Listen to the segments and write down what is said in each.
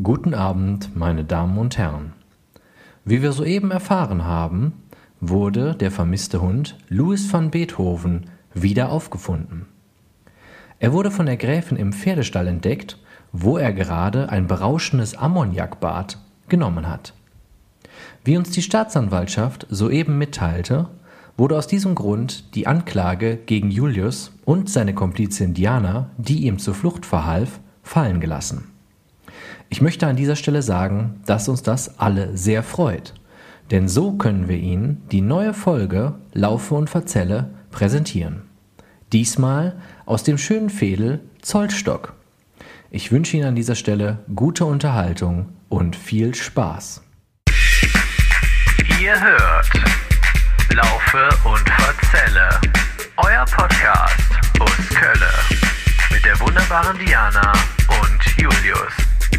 Guten Abend, meine Damen und Herren. Wie wir soeben erfahren haben, wurde der vermisste Hund Louis van Beethoven wieder aufgefunden. Er wurde von der Gräfin im Pferdestall entdeckt, wo er gerade ein berauschendes Ammoniakbad genommen hat. Wie uns die Staatsanwaltschaft soeben mitteilte, wurde aus diesem Grund die Anklage gegen Julius und seine Komplizin Diana, die ihm zur Flucht verhalf, fallen gelassen. Ich möchte an dieser Stelle sagen, dass uns das alle sehr freut, denn so können wir Ihnen die neue Folge Laufe und Verzelle präsentieren. Diesmal aus dem schönen Veedel Zollstock. Ich wünsche Ihnen an dieser Stelle gute Unterhaltung und viel Spaß. Ihr hört Laufe und Verzelle, euer Podcast aus Kölle mit der wunderbaren Diana und Julius.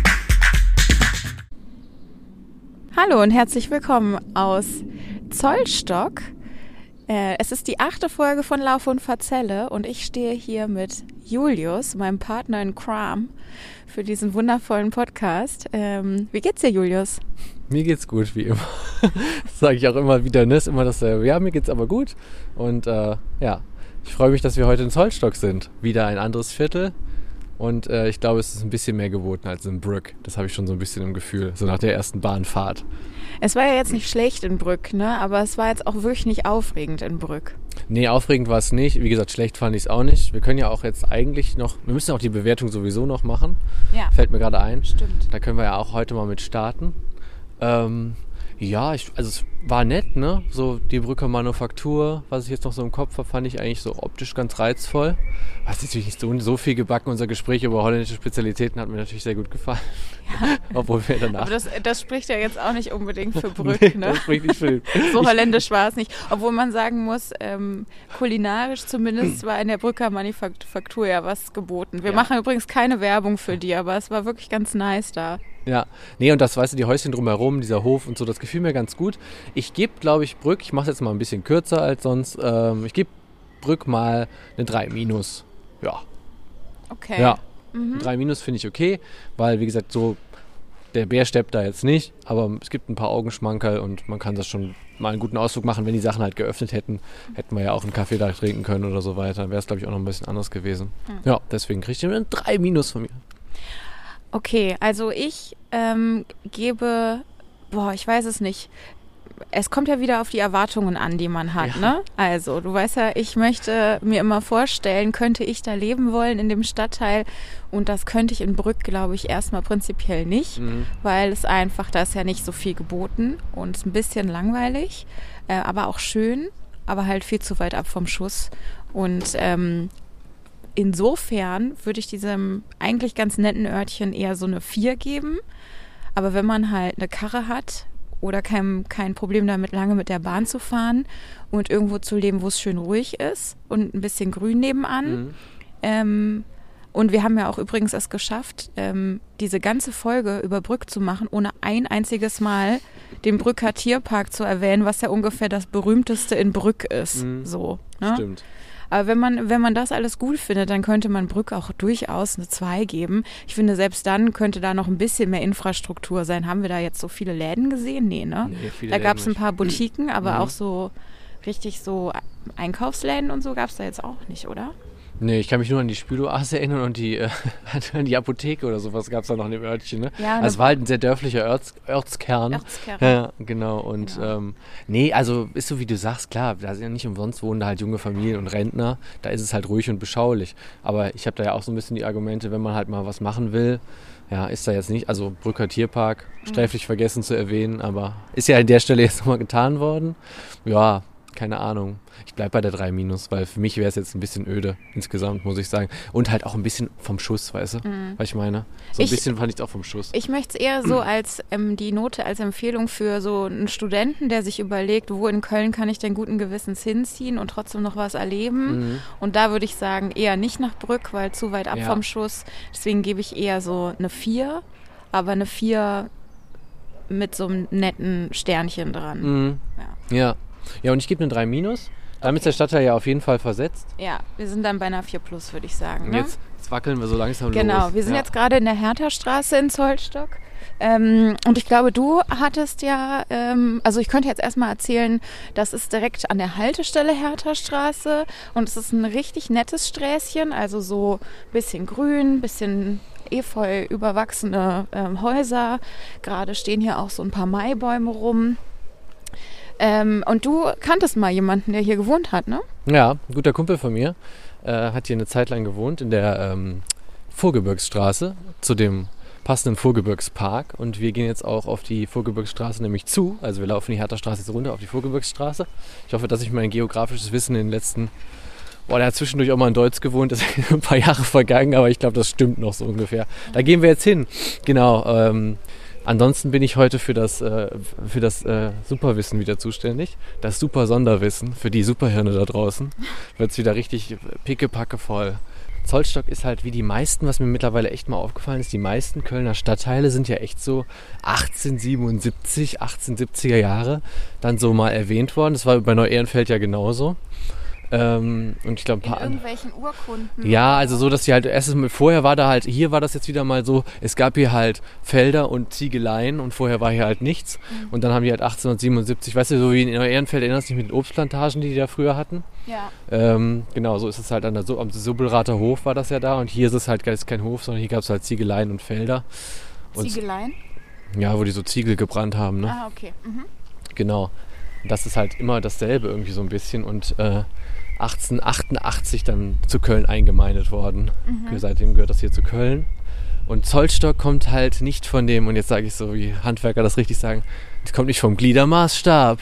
Hallo und herzlich willkommen aus Zollstock. Es ist die 8. Folge von Laufe und Verzelle und ich stehe hier mit Julius, meinem Partner in Crime, für diesen wundervollen Podcast. Wie geht's dir, Julius? Mir geht's gut, wie immer. Das sage ich auch immer wieder, ne? Ist immer dasselbe. Ja, mir geht's aber gut. Und ich freue mich, dass wir heute in Zollstock sind. Wieder ein anderes Viertel. Und ich glaube, es ist ein bisschen mehr geboten als in Brück. Das habe ich schon so ein bisschen im Gefühl, so nach der ersten Bahnfahrt. Es war ja jetzt nicht schlecht in Brück, ne? Aber es war jetzt auch wirklich nicht aufregend in Brück. Nee, aufregend war es nicht. Wie gesagt, schlecht fand ich es auch nicht. Wir können ja auch jetzt eigentlich noch, wir müssen auch die Bewertung sowieso noch machen. Ja. Fällt mir gerade ein. Stimmt. Da können wir ja auch heute mal mit starten. Es war nett, ne? So die Brücker Manufaktur, was ich jetzt noch so im Kopf habe, fand ich eigentlich so optisch ganz reizvoll. War natürlich nicht so viel gebacken. Unser Gespräch über holländische Spezialitäten hat mir natürlich sehr gut gefallen. Ja. Obwohl wir danach... Aber das spricht ja jetzt auch nicht unbedingt für Brück, Nee, ne? das spricht nicht für... So holländisch war es nicht. Obwohl man sagen muss, kulinarisch zumindest war in der Brücker Manufaktur ja was geboten. Wir machen übrigens keine Werbung für die, aber es war wirklich ganz nice da. Ja, nee, und das, weißt du, die Häuschen drumherum, dieser Hof und so, das gefiel mir ganz gut. Ich gebe, glaube ich, Brück, ich mache es jetzt mal ein bisschen kürzer als sonst, ich gebe Brück mal eine 3-. Ja. Okay. Ja, 3- finde ich okay, weil, wie gesagt, so, der Bär steppt da jetzt nicht, aber es gibt ein paar Augenschmankerl und man kann das schon mal einen guten Ausdruck machen. Wenn die Sachen halt geöffnet hätten, hätten wir ja auch einen Kaffee da trinken können oder so weiter. Dann wäre es, glaube ich, auch noch ein bisschen anders gewesen. Ja, deswegen kriegt ihr eine 3- von mir. Okay, also ich gebe, ich weiß es nicht. Es kommt ja wieder auf die Erwartungen an, die man hat, ne? Also, du weißt ja, ich möchte mir immer vorstellen, könnte ich da leben wollen in dem Stadtteil? Und das könnte ich in Brück, glaube ich, erstmal prinzipiell nicht, weil es einfach, da ist ja nicht so viel geboten und es ist ein bisschen langweilig, aber auch schön, aber halt viel zu weit ab vom Schuss. Und insofern würde ich diesem eigentlich ganz netten Örtchen eher so eine 4 geben. Aber wenn man halt eine Karre hat oder kein Problem damit, lange mit der Bahn zu fahren und irgendwo zu leben, wo es schön ruhig ist und ein bisschen Grün nebenan. Und wir haben ja auch übrigens es geschafft, diese ganze Folge über Brück zu machen, ohne ein einziges Mal den Brücker Tierpark zu erwähnen, was ja ungefähr das berühmteste in Brück ist. So, ne? Stimmt. Aber wenn man das alles gut findet, dann könnte man Brück auch durchaus eine 2 geben. Ich finde, selbst dann könnte da noch ein bisschen mehr Infrastruktur sein. Haben wir da jetzt so viele Läden gesehen? Nee, ne? Nee, Da gab es ein paar Boutiquen, aber auch so richtig so Einkaufsläden und so gab es da jetzt auch nicht, oder? Nee, ich kann mich nur an die Spüloase erinnern und an die Apotheke oder sowas gab es da noch in dem Örtchen, ne? Ja, also es war halt ein sehr dörflicher Ortskern. Ja, genau. Und also ist so wie du sagst, klar, da sind ja nicht umsonst wohnen da halt junge Familien und Rentner, da ist es halt ruhig und beschaulich. Aber ich habe da ja auch so ein bisschen die Argumente, wenn man halt mal was machen will, ja, ist da jetzt nicht, also Brücker Tierpark, sträflich vergessen zu erwähnen, aber ist ja an der Stelle jetzt nochmal getan worden. Ja, keine Ahnung. Ich bleibe bei der 3-, weil für mich wäre es jetzt ein bisschen öde insgesamt, muss ich sagen. Und halt auch ein bisschen vom Schuss, weißt du, was ich meine? So ein bisschen fand ich es auch vom Schuss. Ich möchte es eher so als die Note, als Empfehlung für so einen Studenten, der sich überlegt, wo in Köln kann ich denn guten Gewissens hinziehen und trotzdem noch was erleben. Und da würde ich sagen, eher nicht nach Brück, weil zu weit ab vom Schuss. Deswegen gebe ich eher so eine 4, aber eine 4 mit so einem netten Sternchen dran. Ja, und ich gebe eine 3-. Damit ist der Stadtteil ja auf jeden Fall versetzt. Ja, wir sind dann bei einer 4+, würde ich sagen. Ne? Jetzt wackeln wir so langsam los. Genau, wir sind jetzt gerade in der Hertha-Straße in Zollstock. Und ich glaube, du hattest ja, also ich könnte jetzt erstmal erzählen, das ist direkt an der Haltestelle Hertha-Straße und es ist ein richtig nettes Sträßchen, also so ein bisschen grün, bisschen efeu überwachsene Häuser. Gerade stehen hier auch so ein paar Maibäume rum. Und du kanntest mal jemanden, der hier gewohnt hat, ne? Ja, ein guter Kumpel von mir hat hier eine Zeit lang gewohnt in der Vorgebirgsstraße zu dem passenden Vorgebirgspark. Und wir gehen jetzt auch auf die Vorgebirgsstraße nämlich zu. Also wir laufen die Hertha-Straße jetzt runter auf die Vorgebirgsstraße. Ich hoffe, dass ich mein geografisches Wissen in den letzten... der hat zwischendurch auch mal in Deutsch gewohnt, das sind ein paar Jahre vergangen, aber ich glaube, das stimmt noch so ungefähr. Da gehen wir jetzt hin. Genau. Ansonsten bin ich heute für das Superwissen wieder zuständig. Das Super-Sonderwissen für die Superhirne da draußen. Wird es wieder richtig pickepacke voll. Zollstock ist halt wie die meisten, was mir mittlerweile echt mal aufgefallen ist, die meisten Kölner Stadtteile sind ja echt so 1877, 1870er Jahre dann so mal erwähnt worden. Das war bei Neu-Ehrenfeld ja genauso. Und ich glaube in irgendwelchen Urkunden. Ja, also so, dass die halt vorher war da halt, hier war das jetzt wieder mal so, es gab hier halt Felder und Ziegeleien und vorher war hier halt nichts. Und dann haben die halt 1877, weißt du, so wie in Ehrenfeld, erinnerst du dich mit den Obstplantagen, die da früher hatten? Ja. Genau, so ist es halt am Subbelrather Hof war das ja da und hier ist es halt kein Hof, sondern hier gab es halt Ziegeleien und Felder. Ziegeleien? Ja, wo die so Ziegel gebrannt haben, ne? Ah, okay. Mhm. Genau. Das ist halt immer dasselbe irgendwie so ein bisschen und 1888 dann zu Köln eingemeindet worden. Seitdem gehört das hier zu Köln. Und Zollstock kommt halt nicht von dem, und jetzt sage ich so, wie Handwerker das richtig sagen, das kommt nicht vom Gliedermaßstab.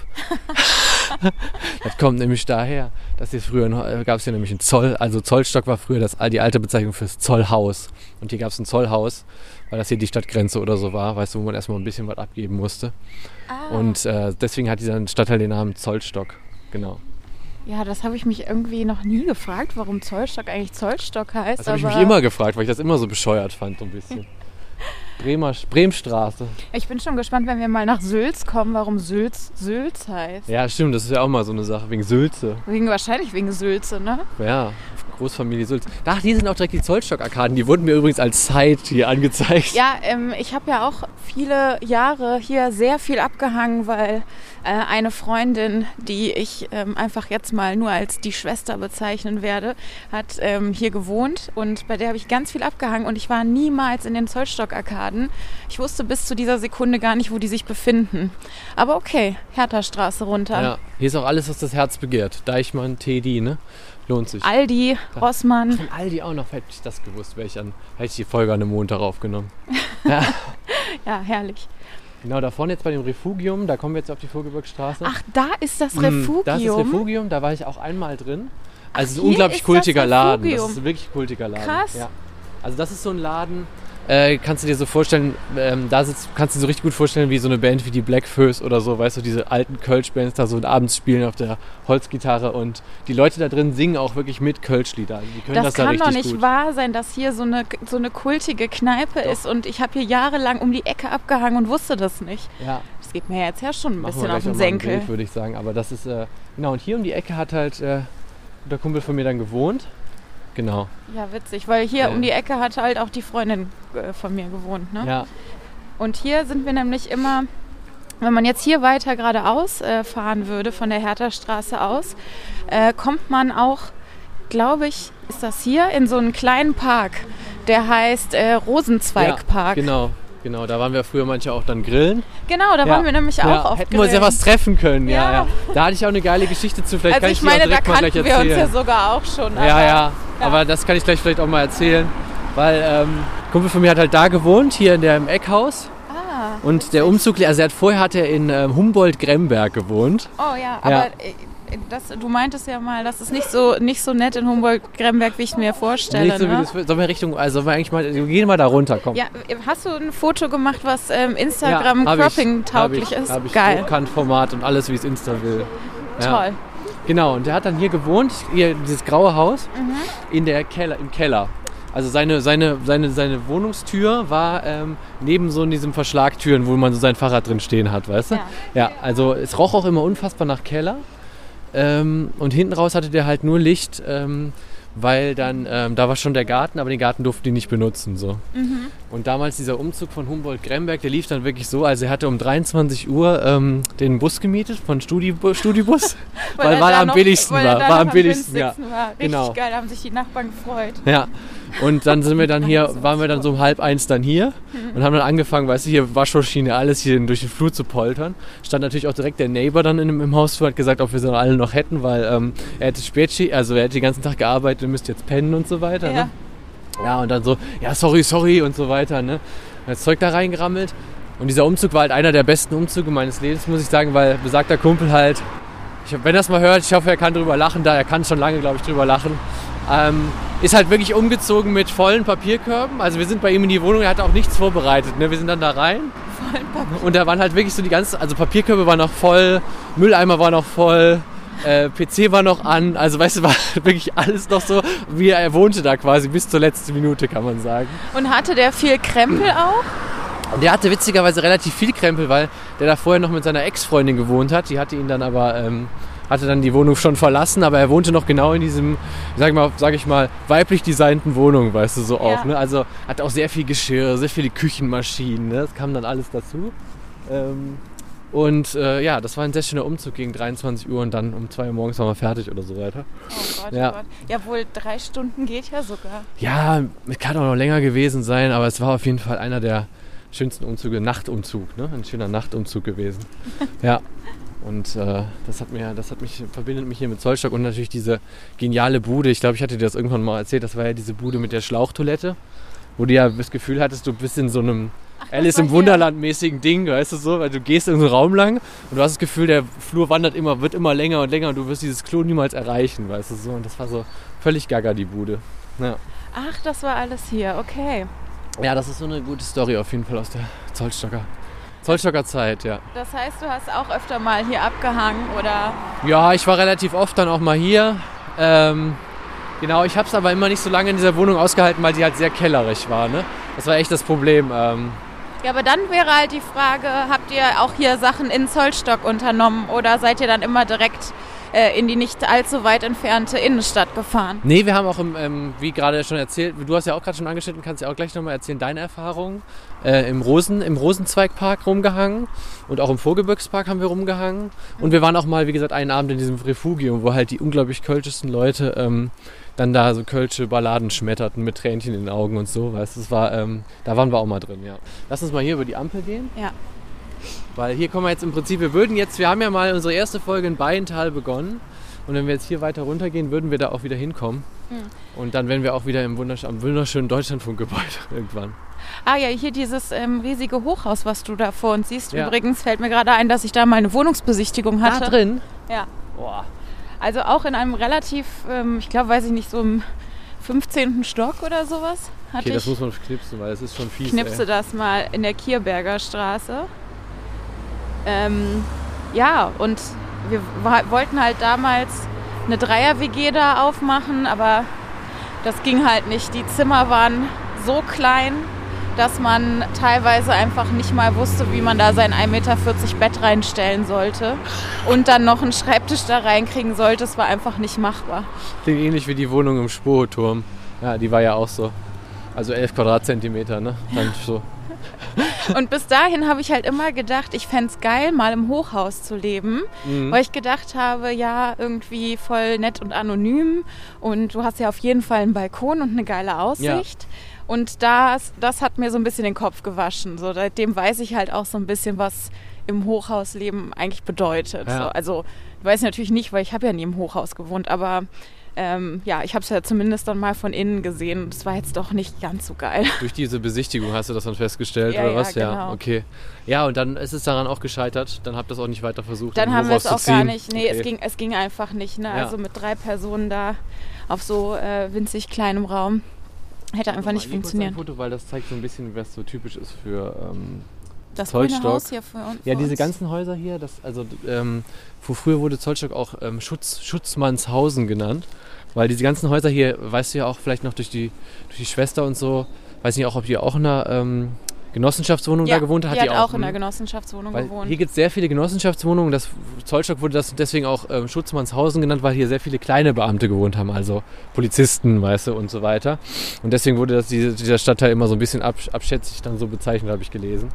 Das kommt nämlich daher, dass hier früher gab es hier nämlich einen Zoll, also Zollstock war früher die alte Bezeichnung fürs Zollhaus. Und hier gab es ein Zollhaus, weil das hier die Stadtgrenze oder so war, weißt du, wo man erstmal ein bisschen was abgeben musste. Und deswegen hat dieser Stadtteil den Namen Zollstock, genau. Ja, das habe ich mich irgendwie noch nie gefragt, warum Zollstock eigentlich Zollstock heißt. Das habe ich mich immer gefragt, weil ich das immer so bescheuert fand, so ein bisschen. Bremstraße. Ich bin schon gespannt, wenn wir mal nach Sülz kommen, warum Sülz heißt. Ja, stimmt, das ist ja auch mal so eine Sache, wegen Sülze. Wahrscheinlich wegen Sülze, ne? Ja, Großfamilie Sülz. Ach, hier sind auch direkt die Zollstock-Arkaden, die wurden mir übrigens als Site hier angezeigt. Ja, ich habe ja auch viele Jahre hier sehr viel abgehangen, weil eine Freundin, die ich einfach jetzt mal nur als die Schwester bezeichnen werde, hat hier gewohnt und bei der habe ich ganz viel abgehangen und ich war niemals in den Zollstock-Arkaden. Ich wusste bis zu dieser Sekunde gar nicht, wo die sich befinden. Aber okay, Hertha-Straße runter. Ja, hier ist auch alles, was das Herz begehrt. Deichmann, Tedi, ne? Lohnt sich. Aldi, Rossmann. Von Aldi auch noch, hätte ich das gewusst, hätte ich die Folge an einem Montag aufgenommen. Ja. Ja, herrlich. Genau, da vorne jetzt bei dem Refugium, da kommen wir jetzt auf die Vorgebirgsstraße. Ach, da ist das Refugium? Da ist das Refugium, da war ich auch einmal drin. Also es ist ein unglaublich kultiger Laden. Das ist wirklich ein kultiger Laden. Krass. Ja. Also das ist so ein Laden, kannst du dir so vorstellen, kannst du dir so richtig gut vorstellen, wie so eine Band wie die Blackfoes oder so, weißt du, diese alten Kölsch-Bands da so abends spielen auf der Holzgitarre und die Leute da drin singen auch wirklich mit Kölsch-Lieder. Die können das da richtig gut. Das kann doch nicht wahr sein, dass hier so eine kultige Kneipe ist und ich habe hier jahrelang um die Ecke abgehangen und wusste das nicht. Ja. Das geht mir jetzt ja schon ein bisschen auf den Senkel. Senkel. Bild, würde ich sagen, aber das ist, genau, und hier um die Ecke hat halt der Kumpel von mir dann gewohnt. Genau. Ja, witzig, weil hier um die Ecke hat halt auch die Freundin von mir gewohnt, ne? Ja. Und hier sind wir nämlich immer, wenn man jetzt hier weiter geradeaus fahren würde, von der Hertha-Straße aus, kommt man auch, glaube ich, ist das hier, in so einen kleinen Park, der heißt Rosenzweigpark. Ja, genau, da waren wir früher manche auch dann grillen. Genau, da waren wir nämlich auch oft hätten wir uns ja was treffen können, ja. Da hatte ich auch eine geile Geschichte zu, vielleicht kann ich die auch direkt mal gleich erzählen. Also ich meine, da kannten wir uns ja sogar auch schon. Aber das kann ich gleich vielleicht auch mal erzählen, weil ein Kumpel von mir hat halt da gewohnt, hier im Eckhaus. Und der Umzug, also vorher hat er in Humboldt-Gremberg gewohnt. Oh ja, aber du meintest ja mal, das ist nicht so nett in Humboldt-Gremberg, wie ich es mir vorstelle. Nicht so, wie das, sollen wir eigentlich mal, wir gehen mal da runter, komm. Ja, hast du ein Foto gemacht, was Instagram-Cropping-tauglich ist? Habe ich geil. Hochkantformat und alles, wie es Insta will. Ja. Toll. Genau, und der hat dann hier gewohnt, hier dieses graue Haus, im Keller. Also seine Wohnungstür war neben so in diesem Verschlagtüren, wo man so sein Fahrrad drin stehen hat, weißt du? Ja, also es roch auch immer unfassbar nach Keller. Und hinten raus hatte der halt nur Licht, weil dann, da war schon der Garten, aber den Garten durften die nicht benutzen. So. Und damals dieser Umzug von Humboldt-Gremberg, der lief dann wirklich so, also er hatte um 23 Uhr den Bus gemietet von Studibus, weil er am billigsten war. War am billigsten, ja. Richtig genau. Geil, da haben sich die Nachbarn gefreut. Ja. Und dann waren wir dann so um 12:30 dann hier und haben dann angefangen, weißt du, hier Waschmaschine, alles hier durch den Flur zu poltern. Stand natürlich auch direkt der Neighbor dann im Haus vor, hat gesagt, ob wir sie alle noch hätten, weil er hätte er hätte den ganzen Tag gearbeitet und müsste jetzt pennen und so weiter. Ja. Ne? Ja, und dann so, ja, sorry und so weiter. Ne? Das Zeug da reingerammelt. Und dieser Umzug war halt einer der besten Umzüge meines Lebens, muss ich sagen, weil besagter Kumpel halt, wenn er es mal hört, ich hoffe, er kann drüber lachen, er kann schon lange, glaube ich, drüber lachen. Ist halt wirklich umgezogen mit vollen Papierkörben. Also wir sind bei ihm in die Wohnung, er hatte auch nichts vorbereitet. Ne? Wir sind dann da rein. Und da waren halt wirklich so also Papierkörbe waren noch voll, Mülleimer war noch voll, PC war noch an. Also weißt du, war wirklich alles noch so, wie er wohnte da quasi bis zur letzten Minute, kann man sagen. Und hatte der viel Krempel auch? Der hatte witzigerweise relativ viel Krempel, weil der da vorher noch mit seiner Ex-Freundin gewohnt hat. Die hatte ihn dann aber... hatte dann die Wohnung schon verlassen, aber er wohnte noch genau in diesem, sag ich mal, weiblich designten Wohnung, weißt du, so auch. Ne? Also hat auch sehr viel Geschirr, sehr viele Küchenmaschinen, ne? Das kam dann alles dazu. Das war ein sehr schöner Umzug gegen 23 Uhr und dann um 2 Uhr morgens waren wir fertig oder so weiter. Oh Gott, ja. Oh Gott. Ja, wohl 3 Stunden geht ja sogar. Ja, kann auch noch länger gewesen sein, aber es war auf jeden Fall einer der schönsten Umzüge, Nachtumzug, ne? Ein schöner Nachtumzug gewesen. Ja. Und das verbindet mich hier mit Zollstock und natürlich diese geniale Bude. Ich glaube, ich hatte dir das irgendwann mal erzählt. Das war ja diese Bude mit der Schlauchtoilette, wo du ja das Gefühl hattest, du bist in so einem Alice im Wunderland-mäßigen Ding, weißt du so, weil du gehst in so einen Raum lang und du hast das Gefühl, der Flur wird immer länger und länger und du wirst dieses Klo niemals erreichen, weißt du so. Und das war so völlig gaga, die Bude. Ja. Ach, das war alles hier, okay. Ja, das ist so eine gute Story auf jeden Fall aus der Zollstocker Zeit, ja. Das heißt, du hast auch öfter mal hier abgehangen, oder? Ja, ich war relativ oft dann auch mal hier. Genau, ich habe es aber immer nicht so lange in dieser Wohnung ausgehalten, weil die halt sehr kellerig war, ne? Das war echt das Problem. Ja, aber dann wäre halt die Frage, habt ihr auch hier Sachen in Zollstock unternommen oder seid ihr dann immer direkt in die nicht allzu weit entfernte Innenstadt gefahren? Nee, wir haben auch, wie gerade schon erzählt, du hast ja auch gerade schon angeschnitten, kannst ja auch gleich nochmal erzählen, deine Erfahrungen. Im Rosenzweigpark rumgehangen und auch im Vogelböckspark haben wir rumgehangen. Und wir waren auch mal, wie gesagt, einen Abend in diesem Refugium, wo halt die unglaublich kölschesten Leute dann da so kölsche Balladen schmetterten mit Tränchen in den Augen und so. Weißt du, das war, da waren wir auch mal drin, ja. Lass uns mal hier über die Ampel gehen. Ja. Weil hier kommen wir jetzt im Prinzip, wir haben ja mal unsere erste Folge in Bayental begonnen. Und wenn wir jetzt hier weiter runtergehen, würden wir da auch wieder hinkommen. Und dann wären wir auch wieder am wunderschönen Deutschlandfunkgebäude irgendwann. Ah ja, hier dieses riesige Hochhaus, was du da vor uns siehst. Ja. Übrigens fällt mir gerade ein, dass ich da mal eine Wohnungsbesichtigung hatte. Da drin? Ja. Boah. Also auch in einem relativ, ich glaube, so im 15. Stock oder sowas. Okay, das muss man knipsen, weil das ist schon fies. Knipse das mal in der Kierberger Straße. Ja, und wir wollten halt damals eine Dreier-WG da aufmachen, aber das ging halt nicht. Die Zimmer waren so klein, dass man teilweise einfach nicht mal wusste, wie man da sein 1,40 Meter Bett reinstellen sollte und dann noch einen Schreibtisch da reinkriegen sollte. Es war einfach nicht machbar. Klingt ähnlich wie die Wohnung im Spohoturm. Ja, die war ja auch so. Also 11 Quadratzentimeter, ne? Dann so. Und bis dahin habe ich halt immer gedacht, ich fände es geil, mal im Hochhaus zu leben, weil ich gedacht habe, ja, irgendwie voll nett und anonym und du hast ja auf jeden Fall einen Balkon und eine geile Aussicht. Ja. Und das hat mir so ein bisschen den Kopf gewaschen. So, seitdem weiß ich halt auch so ein bisschen, was im Hochhausleben eigentlich bedeutet. Ja. So, also weiß ich natürlich nicht, weil ich habe ja nie im Hochhaus gewohnt, aber ja, ich habe es ja zumindest dann mal von innen gesehen. Das war jetzt doch nicht ganz so geil. Durch diese Besichtigung hast du das dann festgestellt, ja, oder was? Ja, genau. Ja, okay. Ja, und dann ist es daran auch gescheitert. Dann habt ihr es auch nicht weiter versucht. Dann haben wir es auch gar nicht. Nee, okay. es ging einfach nicht. Ne? Ja. Also mit 3 Personen da auf so winzig kleinem Raum. Hätte einfach nicht funktioniert. Ein Foto, weil das zeigt so ein bisschen, was so typisch ist für das Zollstock. grüne Haus hier für uns. Ja, diese ganzen Häuser hier, früher wurde Zollstock auch Schutzmannshausen genannt. Weil diese ganzen Häuser hier, weißt du ja auch vielleicht noch durch die Schwester und so, weiß nicht auch, ob die auch in einer Genossenschaftswohnung da gewohnt hat. Die hat auch in der Genossenschaftswohnung gewohnt. Hier gibt es sehr viele Genossenschaftswohnungen. Das Zollstock wurde das deswegen auch Schutzmannshausen genannt, weil hier sehr viele kleine Beamte gewohnt haben, also Polizisten, weißt du, und so weiter. Und deswegen wurde dieser Stadtteil immer so ein bisschen abschätzig dann so bezeichnet, habe ich gelesen.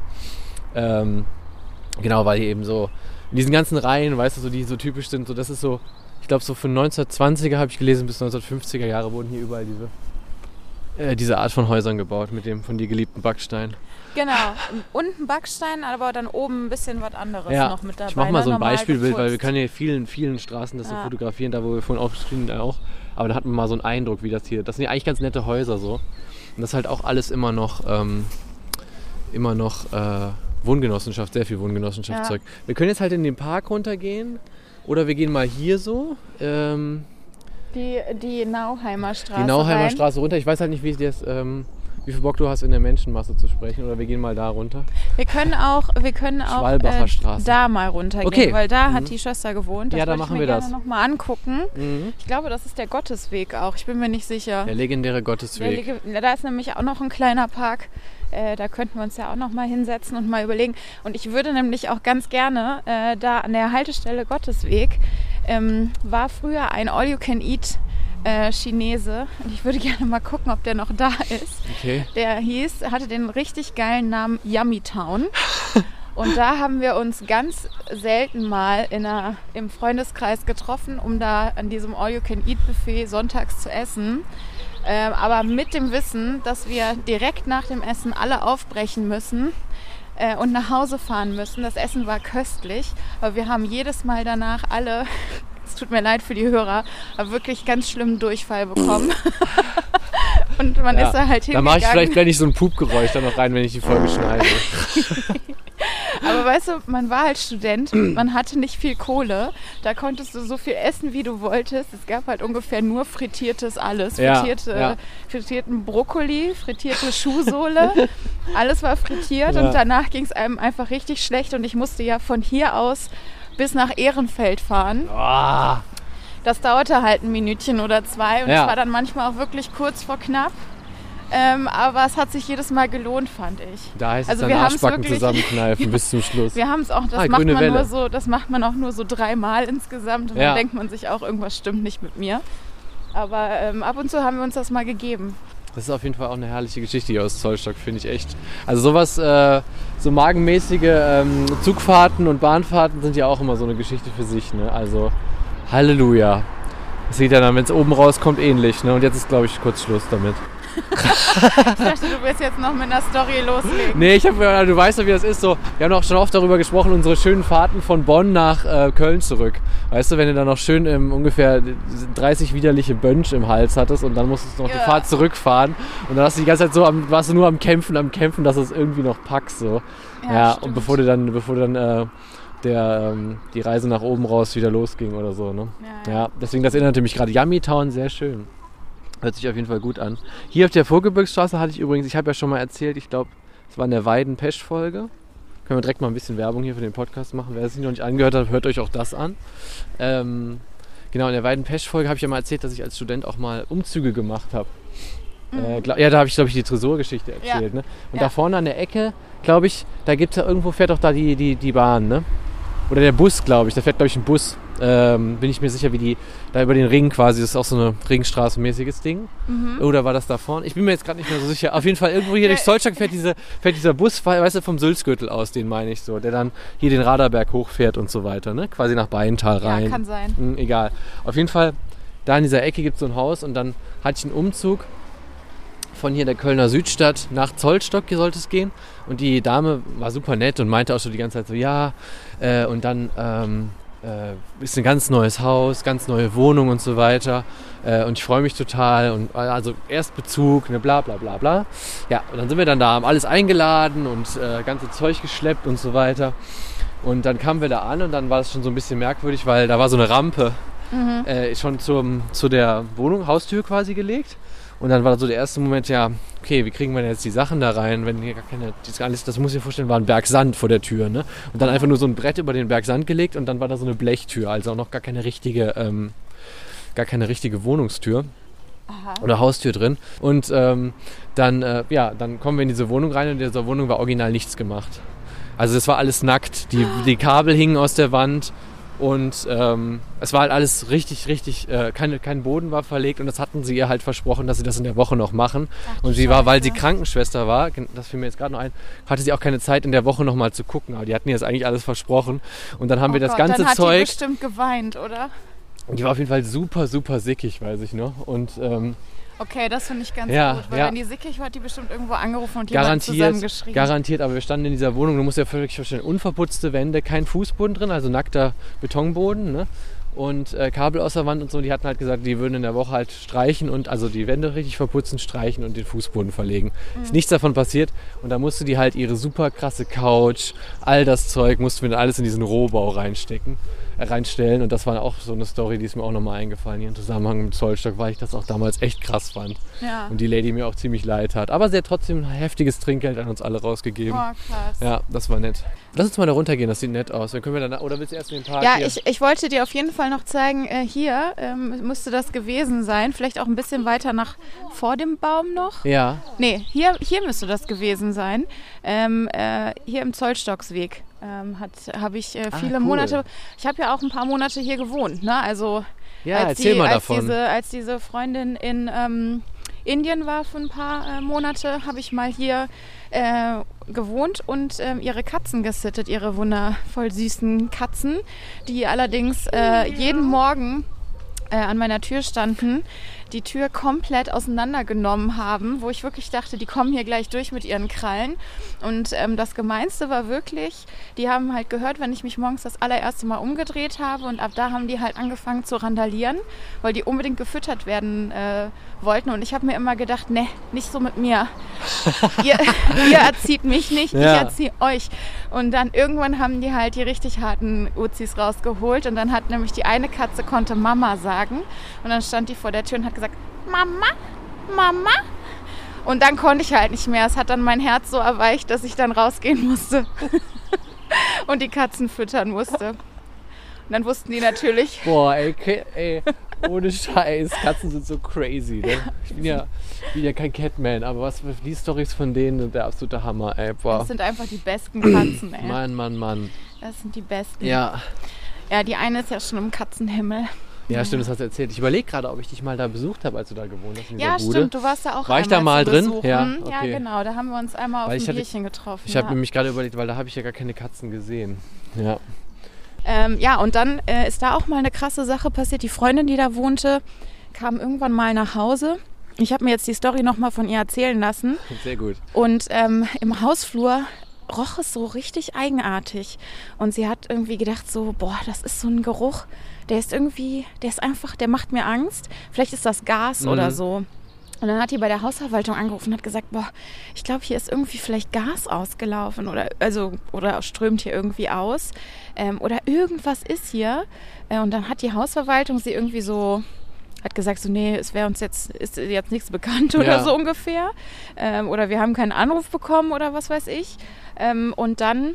Genau, weil hier eben so in diesen ganzen Reihen, weißt du, so, die so typisch sind, so das ist so, ich glaube so von 1920er habe ich gelesen bis 1950er Jahre wurden hier überall diese Art von Häusern gebaut mit dem von dir geliebten Backstein. Genau, unten Backstein, aber dann oben ein bisschen was anderes noch mit dabei. Ich mache mal so ein Beispielbild, weil wir können hier vielen Straßen das so fotografieren, da wo wir vorhin aufgeschrieben auch. Aber da hat man mal so einen Eindruck, wie das hier, das sind ja eigentlich ganz nette Häuser so. Und das ist halt auch alles immer noch Wohngenossenschaft, sehr viel Wohngenossenschaftszeug. Ja. Wir können jetzt halt in den Park runtergehen oder wir gehen mal hier so. Die Nauheimer Straße. Die Nauheimer Straße runter. Ich weiß halt nicht, wie viel Bock du hast, in der Menschenmasse zu sprechen. Oder wir gehen mal da runter. Wir können auch da mal runtergehen, weil da hat die Schwester gewohnt. Das da machen wir das. Ich nochmal angucken. Ich glaube, das ist der Gottesweg auch. Ich bin mir nicht sicher. Der legendäre Gottesweg. Da ist nämlich auch noch ein kleiner Park. Da könnten wir uns ja auch noch mal hinsetzen und mal überlegen. Und ich würde nämlich auch ganz gerne da an der Haltestelle Gottesweg war früher ein All-You-Can-Eat Chinese und ich würde gerne mal gucken, ob der noch da ist. Okay. Der hatte den richtig geilen Namen Yummy Town. Und da haben wir uns ganz selten mal im Freundeskreis getroffen, um da an diesem All-You-Can-Eat-Buffet sonntags zu essen. Aber mit dem Wissen, dass wir direkt nach dem Essen alle aufbrechen müssen und nach Hause fahren müssen. Das Essen war köstlich, aber wir haben jedes Mal danach alle, es tut mir leid für die Hörer, aber wirklich ganz schlimmen Durchfall bekommen. Und man ist da halt hingegangen. Da mache ich vielleicht gleich so ein Pupgeräusch da noch rein, wenn ich die Folge schneide. Aber weißt du, man war halt Student, man hatte nicht viel Kohle, da konntest du so viel essen, wie du wolltest. Es gab halt ungefähr nur frittiertes alles, frittierten Brokkoli, frittierte Schuhsohle, alles war frittiert und danach ging es einem einfach richtig schlecht und ich musste ja von hier aus bis nach Ehrenfeld fahren. Oh. Das dauerte halt ein Minütchen oder zwei und es war dann manchmal auch wirklich kurz vor knapp. Aber es hat sich jedes Mal gelohnt, fand ich. Da heißt es dann Arschbacken zusammenkneifen bis zum Schluss. Wir haben es auch, das macht man auch nur so 3-mal insgesamt. Und dann denkt man sich auch, irgendwas stimmt nicht mit mir. Aber ab und zu haben wir uns das mal gegeben. Das ist auf jeden Fall auch eine herrliche Geschichte hier aus Zollstock, finde ich echt. Also sowas, so magenmäßige Zugfahrten und Bahnfahrten sind ja auch immer so eine Geschichte für sich. Ne? Also Halleluja. Das sieht ja dann, wenn es oben rauskommt, ähnlich. Ne? Und jetzt ist, glaube ich, kurz Schluss damit. Ich dachte, du willst jetzt noch mit einer Story loslegen. Nee, du weißt ja, wie das ist. So, wir haben auch schon oft darüber gesprochen, unsere schönen Fahrten von Bonn nach Köln zurück. Weißt du, wenn du dann noch schön ungefähr 30 widerliche Bönsch im Hals hattest und dann musstest du noch die Fahrt zurückfahren und dann hast du die ganze Zeit warst du nur am Kämpfen, dass du es irgendwie noch packst. So. Ja, und bevor du dann die Reise nach oben raus wieder losging oder so. Ne? Ja, deswegen, das erinnerte mich gerade. Yummy Town, sehr schön. Hört sich auf jeden Fall gut an. Hier auf der Vorgebirgsstraße hatte ich übrigens, ich habe ja schon mal erzählt, ich glaube, es war in der Weiden-Pesch-Folge. Können wir direkt mal ein bisschen Werbung hier für den Podcast machen. Wer es sich noch nicht angehört hat, hört euch auch das an. Genau, in der Weiden-Pesch-Folge habe ich ja mal erzählt, dass ich als Student auch mal Umzüge gemacht habe. Da habe ich, glaube ich, die Tresorgeschichte erzählt. Ne? Und da vorne an der Ecke, glaube ich, da gibt es ja irgendwo, fährt doch da die Bahn, ne? Oder der Bus, glaube ich. Da fährt, glaube ich, ein Bus. Bin ich mir sicher, wie da über den Ring quasi, das ist auch so eine Ringstraßenmäßiges Ding. Oder war das da vorne? Ich bin mir jetzt gerade nicht mehr so sicher. Auf jeden Fall, irgendwo hier durch Zollstock fährt dieser Bus, weißt du, vom Sülzgürtel aus, den meine ich so, der dann hier den Raderberg hochfährt und so weiter, ne? Quasi nach Beintal rein. Ja, kann sein. Egal. Auf jeden Fall, da in dieser Ecke gibt es so ein Haus und dann hatte ich einen Umzug von hier der Kölner Südstadt nach Zollstock, hier sollte es gehen. Und die Dame war super nett und meinte auch schon die ganze Zeit so, ja, und dann ist ein ganz neues Haus, ganz neue Wohnung und so weiter. Und ich freue mich total. Und also Erstbezug, ne, bla bla bla bla. Ja, und dann sind wir dann da, haben alles eingeladen und ganze Zeug geschleppt und so weiter. Und dann kamen wir da an und dann war es schon so ein bisschen merkwürdig, weil da war so eine Rampe schon zu der Wohnung, Haustür quasi gelegt. Und dann war so der erste Moment, ja, okay, wie kriegen wir denn jetzt die Sachen da rein, wenn hier gar keine, das muss ich mir vorstellen, war ein Berg Sand vor der Tür, ne? Und dann einfach nur so ein Brett über den Berg Sand gelegt und dann war da so eine Blechtür, also auch noch gar keine richtige Wohnungstür. oder Haustür drin. Und dann kommen wir in diese Wohnung rein und in dieser Wohnung war original nichts gemacht. Also es war alles nackt, die Kabel hingen aus der Wand und es war halt alles richtig, kein Boden war verlegt und das hatten sie ihr halt versprochen, dass sie das in der Woche noch machen. Und sie war, weil sie Krankenschwester war, das fiel mir jetzt gerade noch ein, hatte sie auch keine Zeit in der Woche noch mal zu gucken, aber die hatten ihr das eigentlich alles versprochen. Und dann haben wir das ganze dann Zeug... Hat die bestimmt geweint, oder? Die war auf jeden Fall super, super sickig, weiß ich noch. Und, okay, das finde ich ganz gut, weil wenn die sickig war, hat die bestimmt irgendwo angerufen und jemand zusammengeschrien. Garantiert, aber wir standen in dieser Wohnung, du musst dir völlig vorstellen, unverputzte Wände, kein Fußboden drin, also nackter Betonboden, ne? Und Kabel aus der Wand und so, die hatten halt gesagt, die würden in der Woche halt streichen und also die Wände richtig verputzen, streichen und den Fußboden verlegen. Ist nichts davon passiert und da musste die halt ihre super krasse Couch, all das Zeug, mussten wir dann alles in diesen Rohbau reinstellen und das war auch so eine Story, die ist mir auch nochmal eingefallen hier im Zusammenhang mit Zollstock, weil ich das auch damals echt krass fand. Ja. Und die Lady mir auch ziemlich leid hat. Aber sie hat trotzdem ein heftiges Trinkgeld an uns alle rausgegeben. Oh, krass. Ja, das war nett. Lass uns mal da runtergehen, das sieht nett aus. Dann können wir dann, oder willst du erst in den Park? Ja, ich wollte dir auf jeden Fall noch zeigen, hier müsste das gewesen sein. Vielleicht auch ein bisschen weiter nach vor dem Baum noch. Ja. Nee, hier müsste das gewesen sein. Hier im Zollstocksweg. Habe ich viele Monate, ich habe ja auch ein paar Monate hier gewohnt, ne? Also erzähl mal davon. Als diese Freundin in Indien war für ein paar Monate, habe ich mal hier gewohnt und ihre Katzen gesittet, ihre wundervoll süßen Katzen, die allerdings jeden Morgen an meiner Tür standen, die Tür komplett auseinandergenommen haben, wo ich wirklich dachte, die kommen hier gleich durch mit ihren Krallen. Und das Gemeinste war wirklich, die haben halt gehört, wenn ich mich morgens das allererste Mal umgedreht habe und ab da haben die halt angefangen zu randalieren, weil die unbedingt gefüttert werden wollten. Und ich habe mir immer gedacht, ne, nicht so mit mir. ihr erzieht mich nicht, ich erziehe euch. Und dann irgendwann haben die halt die richtig harten Uzis rausgeholt und dann hat nämlich die eine Katze konnte Mama sagen und dann stand die vor der Tür und hat gesagt, Mama, Mama. Und dann konnte ich halt nicht mehr. Es hat dann mein Herz so erweicht, dass ich dann rausgehen musste und die Katzen füttern musste. Und dann wussten die natürlich... Boah, ey, ohne Scheiß, Katzen sind so crazy. Ne? Ich bin ja kein Catman, aber die Storys von denen sind der absolute Hammer, ey. Boah. Das sind einfach die besten Katzen, ey. Mann. Das sind die besten. Ja. Ja, die eine ist ja schon im Katzenhimmel. Ja, stimmt, das hast du erzählt. Ich überlege gerade, ob ich dich mal da besucht habe, als du da gewohnt hast in dieser Bude. Ja, stimmt, du warst da auch War ich da mal drin? Ja, okay. Ja, genau, da haben wir uns einmal auf ein Bierchen getroffen. Ich habe nämlich gerade überlegt, weil da habe ich ja gar keine Katzen gesehen. Ja. Und dann ist da auch mal eine krasse Sache passiert. Die Freundin, die da wohnte, kam irgendwann mal nach Hause. Ich habe mir jetzt die Story nochmal von ihr erzählen lassen. Sehr gut. Und im Hausflur roch es so richtig eigenartig. Und sie hat irgendwie gedacht so, boah, das ist so ein Geruch, der macht mir Angst. Vielleicht ist das Gas oder so. Und dann hat die bei der Hausverwaltung angerufen und hat gesagt, boah, ich glaube, hier ist irgendwie vielleicht Gas ausgelaufen oder strömt hier irgendwie aus. Oder irgendwas ist hier. Und dann hat die Hausverwaltung sie irgendwie so, hat gesagt so, nee, ist jetzt nichts bekannt oder so ungefähr. Oder wir haben keinen Anruf bekommen oder was weiß ich. Und dann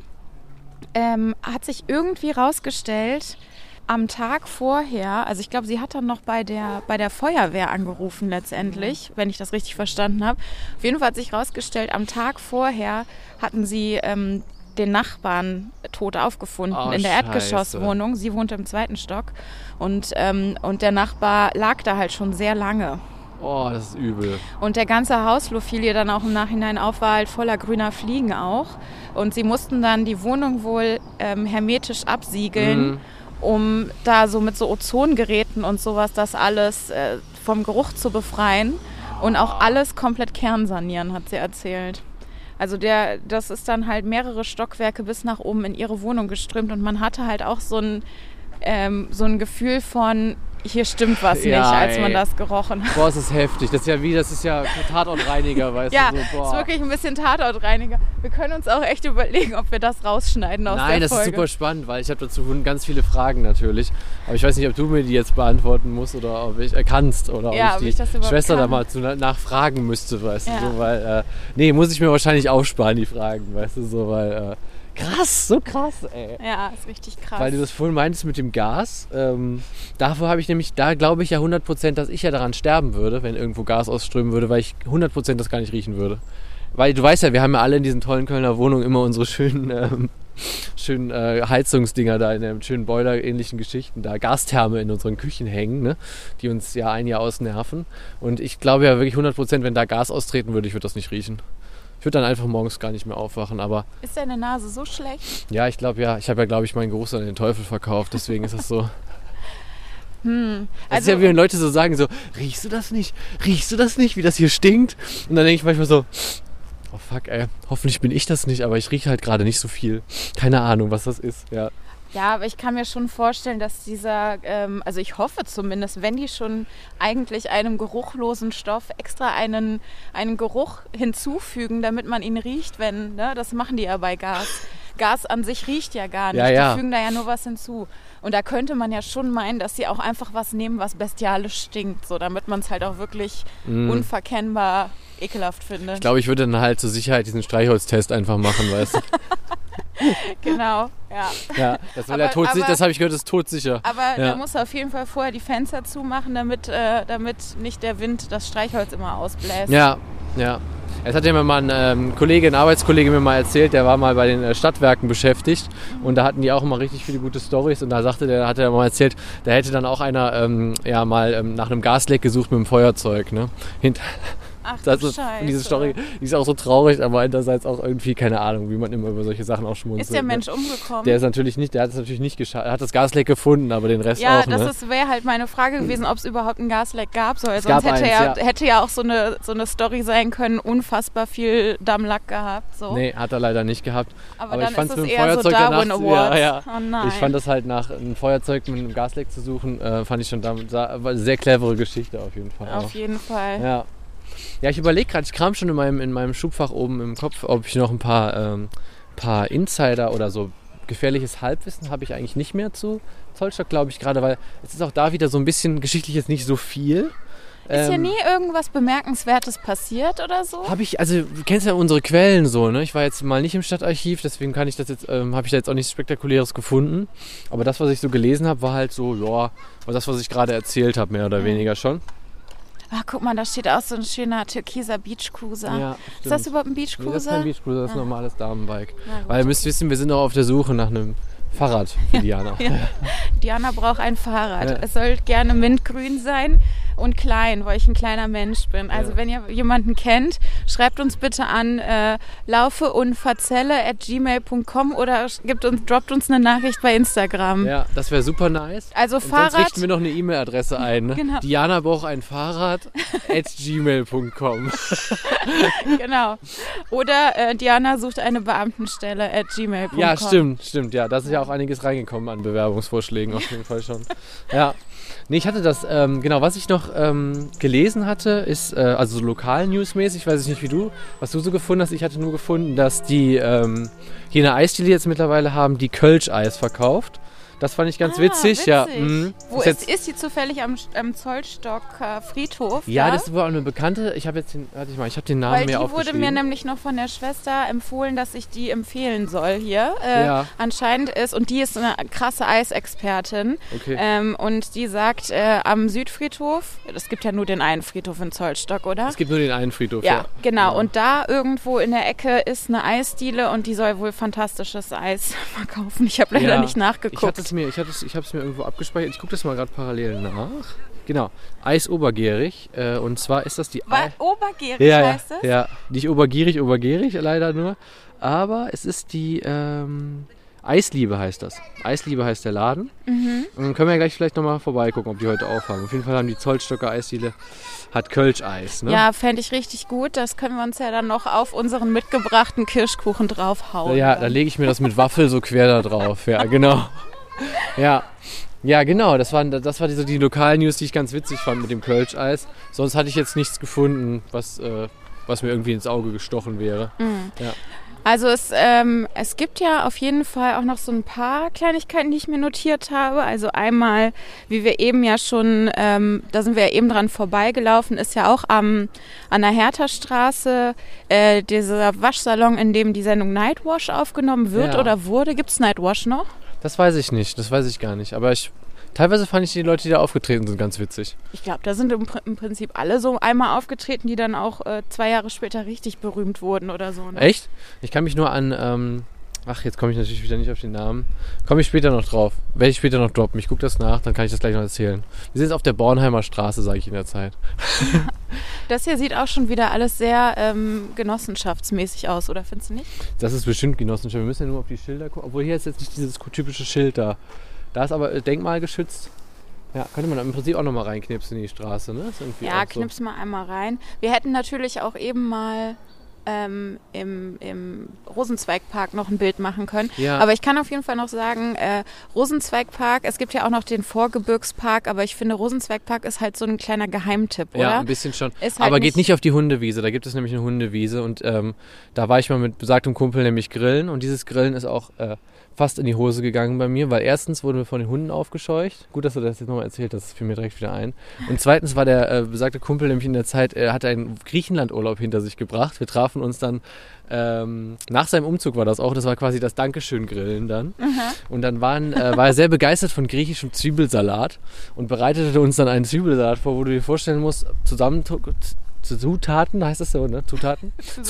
hat sich irgendwie rausgestellt, am Tag vorher, also ich glaube, sie hat dann noch bei der Feuerwehr angerufen letztendlich, wenn ich das richtig verstanden habe. Auf jeden Fall hat sich rausgestellt, am Tag vorher hatten sie den Nachbarn tot aufgefunden in der Erdgeschosswohnung. Sie wohnte im 2. Stock und der Nachbar lag da halt schon sehr lange. Oh, das ist übel. Und der ganze Hausflur fiel ihr dann auch im Nachhinein auf, war halt voller grüner Fliegen auch. Und sie mussten dann die Wohnung wohl hermetisch absiegeln, um da so mit so Ozongeräten und sowas das alles vom Geruch zu befreien und auch alles komplett kernsanieren, hat sie erzählt. Also das ist dann halt mehrere Stockwerke bis nach oben in ihre Wohnung geströmt und man hatte halt auch so ein Gefühl von, hier stimmt was nicht, als man das gerochen hat. Boah, es ist heftig. Das ist ja Tatortreiniger, weißt du. Ja, ist wirklich ein bisschen Tatortreiniger. Wir können uns auch echt überlegen, ob wir das rausschneiden aus der Folge. Nein, das ist super spannend, weil ich habe dazu ganz viele Fragen natürlich. Aber ich weiß nicht, ob du mir die jetzt beantworten musst oder ob ich kannst oder ob ich die Schwester da mal nachfragen müsste, weißt du. So, weil, muss ich mir wahrscheinlich aufsparen, die Fragen, weißt du, so, weil... Krass, so krass, ey. Ja, ist richtig krass. Weil du das vorhin meintest mit dem Gas. Davor habe ich nämlich, da glaube ich ja 100%, dass ich ja daran sterben würde, wenn irgendwo Gas ausströmen würde, weil ich 100% das gar nicht riechen würde. Weil du weißt ja, wir haben ja alle in diesen tollen Kölner Wohnungen immer unsere schönen Heizungsdinger da in den schönen Boiler-ähnlichen Geschichten, da Gastherme in unseren Küchen hängen, ne? Die uns ja ein Jahr ausnerven. Und ich glaube ja wirklich 100%, wenn da Gas austreten würde, ich würde das nicht riechen. Ich würde dann einfach morgens gar nicht mehr aufwachen, aber... Ist deine Nase so schlecht? Ja, ich glaube ja. Ich habe ja, glaube ich, meinen Geruch an den Teufel verkauft, deswegen ist das so... Das ist ja, wie wenn Leute so sagen, so, riechst du das nicht? Riechst du das nicht, wie das hier stinkt? Und dann denke ich manchmal so... Oh fuck, ey, hoffentlich bin ich das nicht, aber ich rieche halt gerade nicht so viel. Keine Ahnung, was das ist, ja. Ja, aber ich kann mir schon vorstellen, dass dieser, also ich hoffe zumindest, wenn die schon eigentlich einem geruchlosen Stoff extra einen Geruch hinzufügen, damit man ihn riecht, wenn, ne, das machen die ja bei Gas. Gas an sich riecht ja gar nicht, ja. Die fügen da ja nur was hinzu. Und da könnte man ja schon meinen, dass sie auch einfach was nehmen, was bestialisch stinkt, so damit man es halt auch wirklich unverkennbar ekelhaft findet. Ich glaube, ich würde dann halt zur Sicherheit diesen Streichholztest einfach machen, weißt du. Genau, ja. Ja, das war das habe ich gehört, das ist todsicher. Aber da muss auf jeden Fall vorher die Fenster zumachen, damit nicht der Wind das Streichholz immer ausbläst. Ja. Es hat ja mal ein Arbeitskollege mir mal erzählt, der war mal bei den Stadtwerken beschäftigt und da hatten die auch immer richtig viele gute Storys und da hat er mal erzählt, da hätte dann auch einer mal nach einem Gasleck gesucht mit dem Feuerzeug, ne? Ach du Scheiße. Diese Story, die ist auch so traurig, aber andererseits auch irgendwie, keine Ahnung, wie man immer über solche Sachen auch schmunzelt. Ist der Mensch umgekommen? Der hat es natürlich nicht geschafft. Er hat das Gasleck gefunden, aber den Rest auch, ne? Ja, das wäre halt meine Frage gewesen, ob es überhaupt ein Gasleck gab. So, sonst hätte ja auch so eine Story sein können, unfassbar viel Dammlack gehabt. So. Nee, hat er leider nicht gehabt. Aber ich dann fand ist es mit dem eher Feuerzeug so Darwin danach, Award. Ja. Oh nein. Ich fand das halt nach einem Feuerzeug mit einem Gasleck zu suchen, fand ich schon war eine sehr clevere Geschichte auf jeden Fall. Auf jeden Fall. Ja, ich überlege gerade, ich kram schon in meinem Schubfach oben im Kopf, ob ich noch ein paar Insider oder so gefährliches Halbwissen habe ich eigentlich nicht mehr zu Zollstock, glaube ich gerade, weil es ist auch da wieder so ein bisschen geschichtlich jetzt nicht so viel. Ist hier nie irgendwas Bemerkenswertes passiert oder so? Du kennst ja unsere Quellen so, ne? Ich war jetzt mal nicht im Stadtarchiv, deswegen habe ich da jetzt auch nichts Spektakuläres gefunden. Aber das, was ich so gelesen habe, war halt so, war das, was ich gerade erzählt habe, mehr oder weniger schon. Ach, guck mal, da steht auch so ein schöner türkiser Beachcruiser. Ja, ist das überhaupt ein Beachcruiser? Nee, das ist kein Beachcruiser, das ist ein normales Damenbike. Weil ihr müsst wissen, wir sind auch auf der Suche nach einem Fahrrad für Diana. Ja. Diana braucht ein Fahrrad. Ja. Es soll gerne mintgrün sein und klein, weil ich ein kleiner Mensch bin. Also wenn ihr jemanden kennt, schreibt uns bitte an laufeundverzelle@gmail.com oder droppt uns eine Nachricht bei Instagram. Ja, das wäre super nice. Also Fahrrad. Sonst richten wir noch eine E-Mail-Adresse ein. Ne? Genau. Diana braucht ein Fahrrad @gmail.com. Genau. Oder Diana sucht eine Beamtenstelle @gmail.com. Ja, stimmt. Ja, da ist ja auch einiges reingekommen an Bewerbungsvorschlägen auf jeden Fall schon. Ja. Nee, ich hatte das, was ich noch gelesen hatte, ist, also so lokal-newsmäßig, weiß ich nicht was du so gefunden hast. Ich hatte nur gefunden, dass die hier eine Eisdiele jetzt mittlerweile haben, die Kölsch-Eis verkauft. Das fand ich ganz witzig. Ja. Wo ist die zufällig am Zollstock Friedhof? Ja, das war eine bekannte. Ich habe den Namen mir aufgeschrieben. Die wurde mir nämlich noch von der Schwester empfohlen, dass ich die empfehlen soll hier. Anscheinend und die ist eine krasse Eisexpertin. Okay. Und die sagt, am Südfriedhof, es gibt ja nur den einen Friedhof in Zollstock, oder? Es gibt nur den einen Friedhof, ja. Genau, ja. Und da irgendwo in der Ecke ist eine Eisdiele und die soll wohl fantastisches Eis verkaufen. Ich habe leider nicht nachgeguckt. Ich habe es mir irgendwo abgespeichert. Ich gucke das mal gerade parallel nach. Genau, Eis Obergierig. Und zwar ist das die... Obergierig heißt das? Ja, nicht Obergierig leider nur. Aber es ist die Eisliebe heißt das. Eisliebe heißt der Laden. Und dann können wir ja gleich vielleicht nochmal vorbeigucken, ob die heute aufhaben. Auf jeden Fall haben die Zollstocker Eisdiele hat Kölsch-Eis. Ne? Ja, fände ich richtig gut. Das können wir uns ja dann noch auf unseren mitgebrachten Kirschkuchen draufhauen. Ja, da lege ich mir das mit Waffel so quer da drauf. Ja, genau. Ja, genau, das war so die lokalen News, die ich ganz witzig fand mit dem Kölsch-Eis. Sonst hatte ich jetzt nichts gefunden, was was mir irgendwie ins Auge gestochen wäre. Ja. Also es gibt ja auf jeden Fall auch noch so ein paar Kleinigkeiten, die ich mir notiert habe. Also einmal, wie wir eben ja schon, da sind wir ja eben dran vorbeigelaufen, ist ja auch an der Hertha-Straße dieser Waschsalon, in dem die Sendung Nightwash aufgenommen wird oder wurde. Gibt es Nightwash noch? Das weiß ich nicht, das weiß ich gar nicht. Aber teilweise fand ich die Leute, die da aufgetreten sind, ganz witzig. Ich glaube, da sind im Prinzip alle so einmal aufgetreten, die dann auch 2 Jahre später richtig berühmt wurden oder so. Ne? Echt? Ich kann mich nur an, jetzt komme ich natürlich wieder nicht auf den Namen. Komme ich später noch drauf. Werde ich später noch droppen. Ich gucke das nach, dann kann ich das gleich noch erzählen. Wir sind jetzt auf der Bornheimer Straße, sage ich in der Zeit. Das hier sieht auch schon wieder alles sehr genossenschaftsmäßig aus, oder findest du nicht? Das ist bestimmt Genossenschaft. Wir müssen ja nur auf die Schilder gucken. Obwohl hier ist jetzt nicht dieses typische Schild da. Da ist aber denkmalgeschützt. Ja, könnte man im Prinzip auch nochmal reinknipsen in die Straße, ne? Ist irgendwie ja, auch so. knips mal einmal rein. Wir hätten natürlich auch eben mal im Rosenzweigpark noch ein Bild machen können. Ja. Aber ich kann auf jeden Fall noch sagen, Rosenzweigpark, es gibt ja auch noch den Vorgebirgspark, aber ich finde, Rosenzweigpark ist halt so ein kleiner Geheimtipp, oder? Ja, ein bisschen schon. Ist halt aber geht nicht auf die Hundewiese, da gibt es nämlich eine Hundewiese und da war ich mal mit besagtem Kumpel nämlich grillen und dieses Grillen ist auch fast in die Hose gegangen bei mir, weil erstens wurden wir von den Hunden aufgescheucht. Gut, dass du das jetzt nochmal erzählt hast, das fiel mir direkt wieder ein. Und zweitens war der besagte Kumpel nämlich in der Zeit, er hatte einen Griechenlandurlaub hinter sich gebracht. Wir trafen uns dann, nach seinem Umzug war das war quasi das Dankeschön-Grillen dann. Und dann war er sehr begeistert von griechischem Zwiebelsalat und bereitete uns dann einen Zwiebelsalat vor, wo du dir vorstellen musst, Zutaten, heißt das so, ne? Zutaten?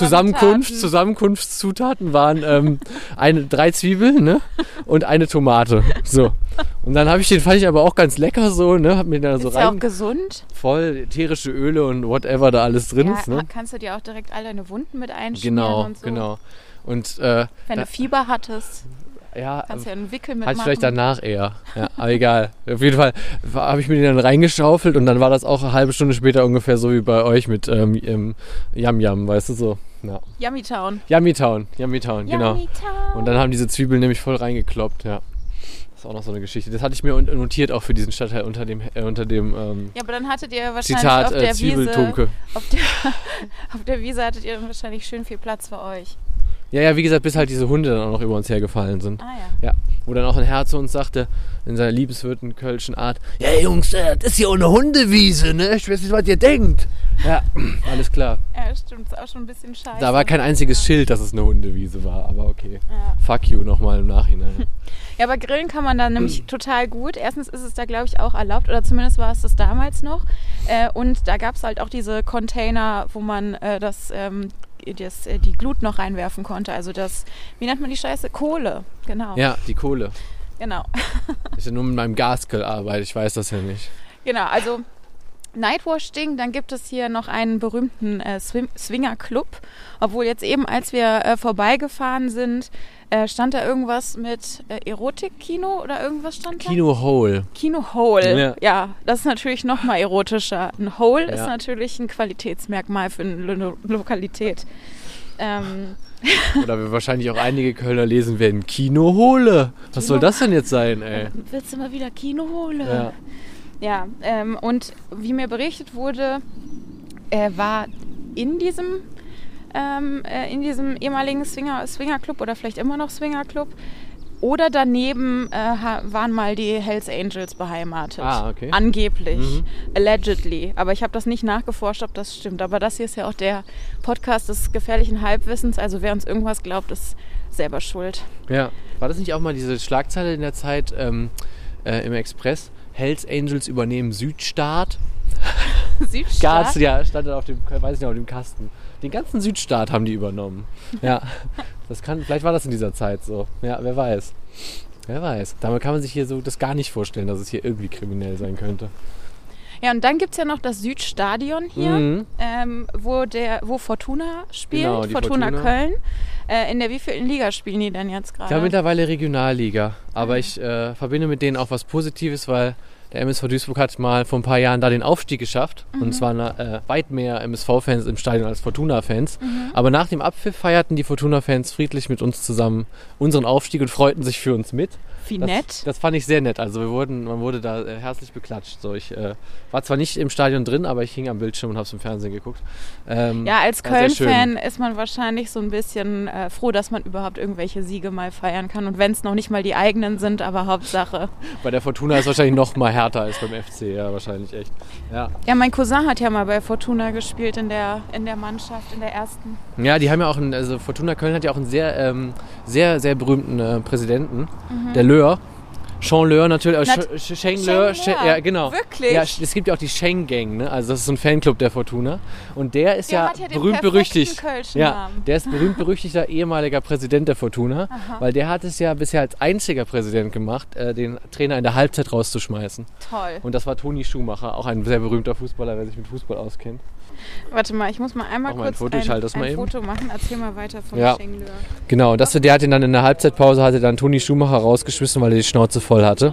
Zusammenkunftszutaten waren 3 Zwiebeln, ne? Und eine Tomate. So. Und dann fand ich aber auch ganz lecker so, ne? Hab mir da so rein. Ist ja auch gesund. Voll ätherische Öle und whatever da alles drin ist, ne? Kannst du dir auch direkt all deine Wunden mit einschmieren und so. Genau. Und wenn du Fieber hattest. Ja, kannst du ja einen Wickel mitmachen. Hatte ich vielleicht danach eher. Ja, aber egal. Auf jeden Fall habe ich mir den dann reingeschaufelt und dann war das auch eine halbe Stunde später ungefähr so wie bei euch mit Yum Yum, weißt du so. Ja. Yummytown, genau. Und dann haben diese Zwiebeln nämlich voll reingekloppt, ja. Das ist auch noch so eine Geschichte. Das hatte ich mir notiert auch für diesen Stadtteil unter dem ja, aber dann hattet ihr wahrscheinlich Zitat, auf der Zwiebeltunke. Auf der Wiese hattet ihr dann wahrscheinlich schön viel Platz für euch. Ja, wie gesagt, bis halt diese Hunde dann auch noch über uns hergefallen sind. Ah ja. Wo dann auch ein Herr zu uns sagte, in seiner liebenswerten kölschen Art, ja Jungs, das ist hier auch eine Hundewiese, ne? Ich weiß nicht, was ihr denkt. Ja, alles klar. Ja, stimmt, ist auch schon ein bisschen scheiße. Da war kein einziges Schild, dass es eine Hundewiese war, aber okay. Ja. Fuck you nochmal im Nachhinein. Ja, aber grillen kann man da nämlich total gut. Erstens ist es da, glaube ich, auch erlaubt, oder zumindest war es das damals noch. Und da gab es halt auch diese Container, wo man die Glut noch reinwerfen konnte. Also wie nennt man die Scheiße? Kohle, genau. Ja, die Kohle. Genau. Ich ja nur mit meinem Gasgrill arbeite, ich weiß das ja nicht. Genau, also Nightwash-Ding, dann gibt es hier noch einen berühmten Swinger-Club. Obwohl jetzt eben, als wir vorbeigefahren sind, stand da irgendwas mit Erotik-Kino oder irgendwas stand da? Kino-Hole. Kino-Hole, ja. Das ist natürlich noch mal erotischer. Ein Hole ist natürlich ein Qualitätsmerkmal für eine Lokalität. Oder wir wahrscheinlich auch einige Kölner lesen werden, Kino-Hole. Was soll das denn jetzt sein, ey? Willst du mal wieder Kino-Hole? Ja, und wie mir berichtet wurde, war in diesem ehemaligen Swingerclub oder vielleicht immer noch Swingerclub oder daneben waren mal die Hells Angels beheimatet. Ah, okay. Angeblich, allegedly. Aber ich habe das nicht nachgeforscht, ob das stimmt. Aber das hier ist ja auch der Podcast des gefährlichen Halbwissens. Also wer uns irgendwas glaubt, ist selber schuld. Ja, war das nicht auch mal diese Schlagzeile in der Zeit im Express? Hells Angels übernehmen Südstaat. Südstaat? Ja, stand da auf dem Kasten. Den ganzen Südstaat haben die übernommen. Ja, vielleicht war das in dieser Zeit so. Ja, wer weiß. Damit kann man sich hier so das gar nicht vorstellen, dass es hier irgendwie kriminell sein könnte. Ja, und dann gibt es ja noch das Südstadion hier, wo Fortuna spielt, genau, Fortuna Köln. In der wievielten Liga spielen die denn jetzt gerade? Ich glaube mittlerweile Regionalliga, aber ich verbinde mit denen auch was Positives, weil Der MSV Duisburg hat mal vor ein paar Jahren da den Aufstieg geschafft. Und es waren weit mehr MSV-Fans im Stadion als Fortuna-Fans. Aber nach dem Abpfiff feierten die Fortuna-Fans friedlich mit uns zusammen unseren Aufstieg und freuten sich für uns mit. Wie nett. Das fand ich sehr nett. Also man wurde da herzlich beklatscht. So, ich war zwar nicht im Stadion drin, aber ich hing am Bildschirm und habe es im Fernsehen geguckt. Ja, als Köln-Fan ist man wahrscheinlich so ein bisschen froh, dass man überhaupt irgendwelche Siege mal feiern kann. Und wenn es noch nicht mal die eigenen sind, aber Hauptsache. Bei der Fortuna ist wahrscheinlich noch mal härter als beim FC, ja, wahrscheinlich echt. Ja, mein Cousin hat ja mal bei Fortuna gespielt in der Mannschaft, in der ersten. Ja, die haben ja auch also Fortuna Köln hat ja auch einen sehr, sehr, sehr berühmten Präsidenten, der Löhr. Jean Löhr natürlich, Sheng Löhr, ja genau. Wirklich? Ja, es gibt ja auch die Sheng Gang, ne? Also das ist so ein Fanclub der Fortuna und der ist ja berühmt berüchtigt. Ja, der ist berühmt berüchtigter ehemaliger Präsident der Fortuna, weil der hat es ja bisher als einziger Präsident gemacht, den Trainer in der Halbzeit rauszuschmeißen. Toll. Und das war Toni Schumacher, auch ein sehr berühmter Fußballer, wer sich mit Fußball auskennt. Warte mal, ich muss mal einmal kurz ein Foto machen. Erzähl mal weiter von Sheng Löhr. Genau, der hat ihn dann in der Halbzeitpause, Toni Schumacher rausgeschmissen, weil er die Schnauze voll hatte.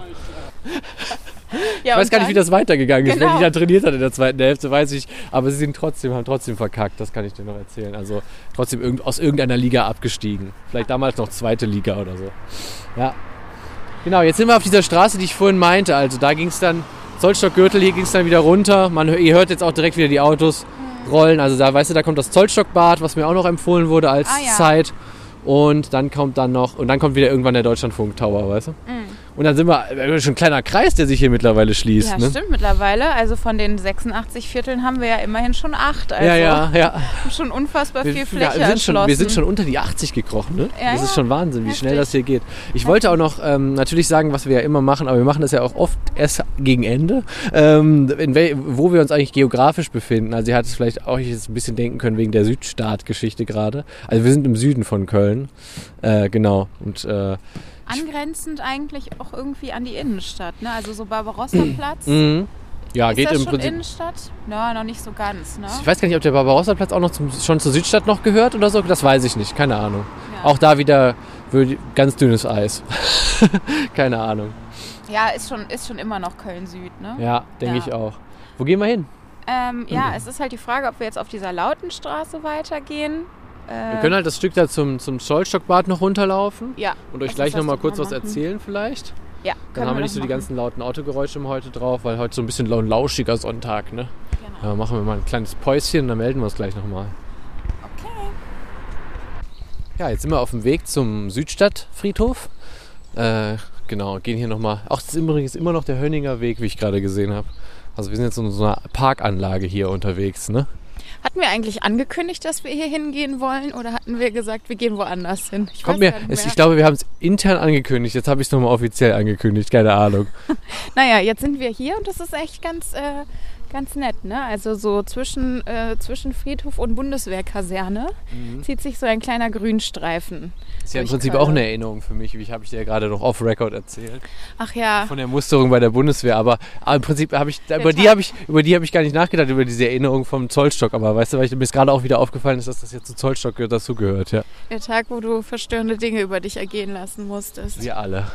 Ja, ich weiß gar nicht, wie das weitergegangen ist. Wenn die dann trainiert hat in der zweiten Hälfte, weiß ich. Aber sie haben trotzdem verkackt, das kann ich dir noch erzählen. Also trotzdem aus irgendeiner Liga abgestiegen. Vielleicht damals noch zweite Liga oder so. Ja. Genau, jetzt sind wir auf dieser Straße, die ich vorhin meinte. Also da ging es dann, Zollstockgürtel, hier ging es dann wieder runter. Ihr hört jetzt auch direkt wieder die Autos rollen. Also da, weißt du, da kommt das Zollstockbad, was mir auch noch empfohlen wurde als Zeit. Und dann kommt wieder irgendwann der Deutschlandfunk Tower, weißt du? Und dann sind wir schon ein kleiner Kreis, der sich hier mittlerweile schließt. Ja, ne? Stimmt, mittlerweile. Also von den 86 Vierteln haben wir ja immerhin schon 8. Also ja. Schon unfassbar viel Fläche erschlossen. Wir sind schon unter die 80 gekrochen, ne? Das ist schon Wahnsinn, wie schnell das hier geht. Ich wollte auch noch natürlich sagen, was wir ja immer machen, aber wir machen das ja auch oft erst gegen Ende, wo wir uns eigentlich geografisch befinden. Also ihr hattet vielleicht auch jetzt ein bisschen denken können wegen der Südstaat-Geschichte gerade. Also wir sind im Süden von Köln, genau. Und angrenzend eigentlich auch irgendwie an die Innenstadt, ne? Also so Barbarossa-Platz. Ja, ist geht das im schon Prinzip. Innenstadt? No, noch nicht so ganz, ne? Ich weiß gar nicht, ob der Barbarossa-Platz auch noch schon zur Südstadt noch gehört oder so. Das weiß ich nicht, keine Ahnung. Ja. Auch da wieder ganz dünnes Eis. Keine Ahnung. Ja, ist schon immer noch Köln-Süd, ne? Ja, denke ich auch. Wo gehen wir hin? Es ist halt die Frage, ob wir jetzt auf dieser Lautenstraße weitergehen. Wir können halt das Stück da zum Zollstockbad noch runterlaufen. Ja. Und euch gleich noch mal kurz was erzählen vielleicht. Ja. Dann haben wir nicht so die ganzen lauten Autogeräusche heute drauf, weil heute so ein bisschen lauschiger Sonntag, ne? Genau. Ja, machen wir mal ein kleines Päuschen und dann melden wir uns gleich nochmal. Okay. Ja, jetzt sind wir auf dem Weg zum Südstadtfriedhof. Genau, gehen hier nochmal. Auch das ist übrigens immer noch der Hönninger Weg, wie ich gerade gesehen habe. Also wir sind jetzt in so einer Parkanlage hier unterwegs, ne? Hatten wir eigentlich angekündigt, dass wir hier hingehen wollen oder hatten wir gesagt, wir gehen woanders hin? Ich glaube, wir haben es intern angekündigt. Jetzt habe ich es nochmal offiziell angekündigt. Keine Ahnung. Naja, jetzt sind wir hier und das ist echt ganz nett, ne? Also so zwischen Friedhof und Bundeswehrkaserne zieht sich so ein kleiner Grünstreifen. Das ist ja im Prinzip auch eine Erinnerung für mich, wie habe ich dir ja gerade noch off-Record erzählt. Ach ja. Von der Musterung bei der Bundeswehr, aber im Prinzip über die habe ich gar nicht nachgedacht, über diese Erinnerung vom Zollstock, aber weißt du, weil mir ist gerade auch wieder aufgefallen ist, dass das jetzt zu Zollstock dazugehört, ja. Der Tag, wo du verstörende Dinge über dich ergehen lassen musstest. Wir alle.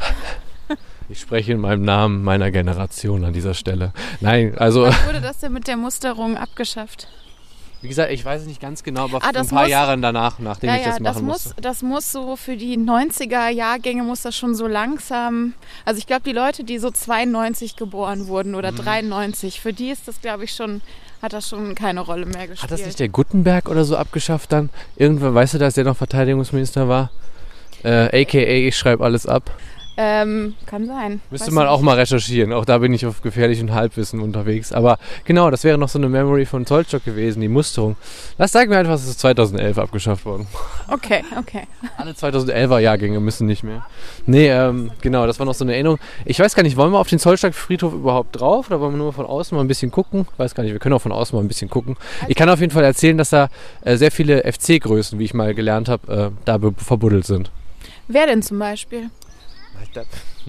Ich spreche in meinem Namen meiner Generation an dieser Stelle. Nein, also... Wann wurde das denn mit der Musterung abgeschafft? Wie gesagt, ich weiß es nicht ganz genau, aber ein paar Jahre danach, nachdem ich das machen musste. Das muss so für die 90er-Jahrgänge muss das schon so langsam... Also ich glaube, die Leute, die so 92 geboren wurden oder 93, für die ist das, glaube ich, hat das schon keine Rolle mehr gespielt. Hat das nicht der Gutenberg oder so abgeschafft dann? Irgendwann, weißt du, dass der noch Verteidigungsminister war? A.k.a. ich schreibe alles ab. Kann sein. Müsste man auch mal recherchieren. Auch da bin ich auf gefährlichem Halbwissen unterwegs. Aber genau, das wäre noch so eine Memory von Zollstock gewesen, die Musterung. Sagen wir einfach, es ist 2011 abgeschafft worden. Okay. Alle 2011er Jahrgänge müssen nicht mehr. Nee, genau, das war noch so eine Erinnerung. Ich weiß gar nicht, wollen wir auf den Zollstock-Friedhof überhaupt drauf oder wollen wir nur von außen mal ein bisschen gucken? Ich weiß gar nicht, wir können auch von außen mal ein bisschen gucken. Ich kann auf jeden Fall erzählen, dass da sehr viele FC-Größen, wie ich mal gelernt habe, da verbuddelt sind. Wer denn zum Beispiel?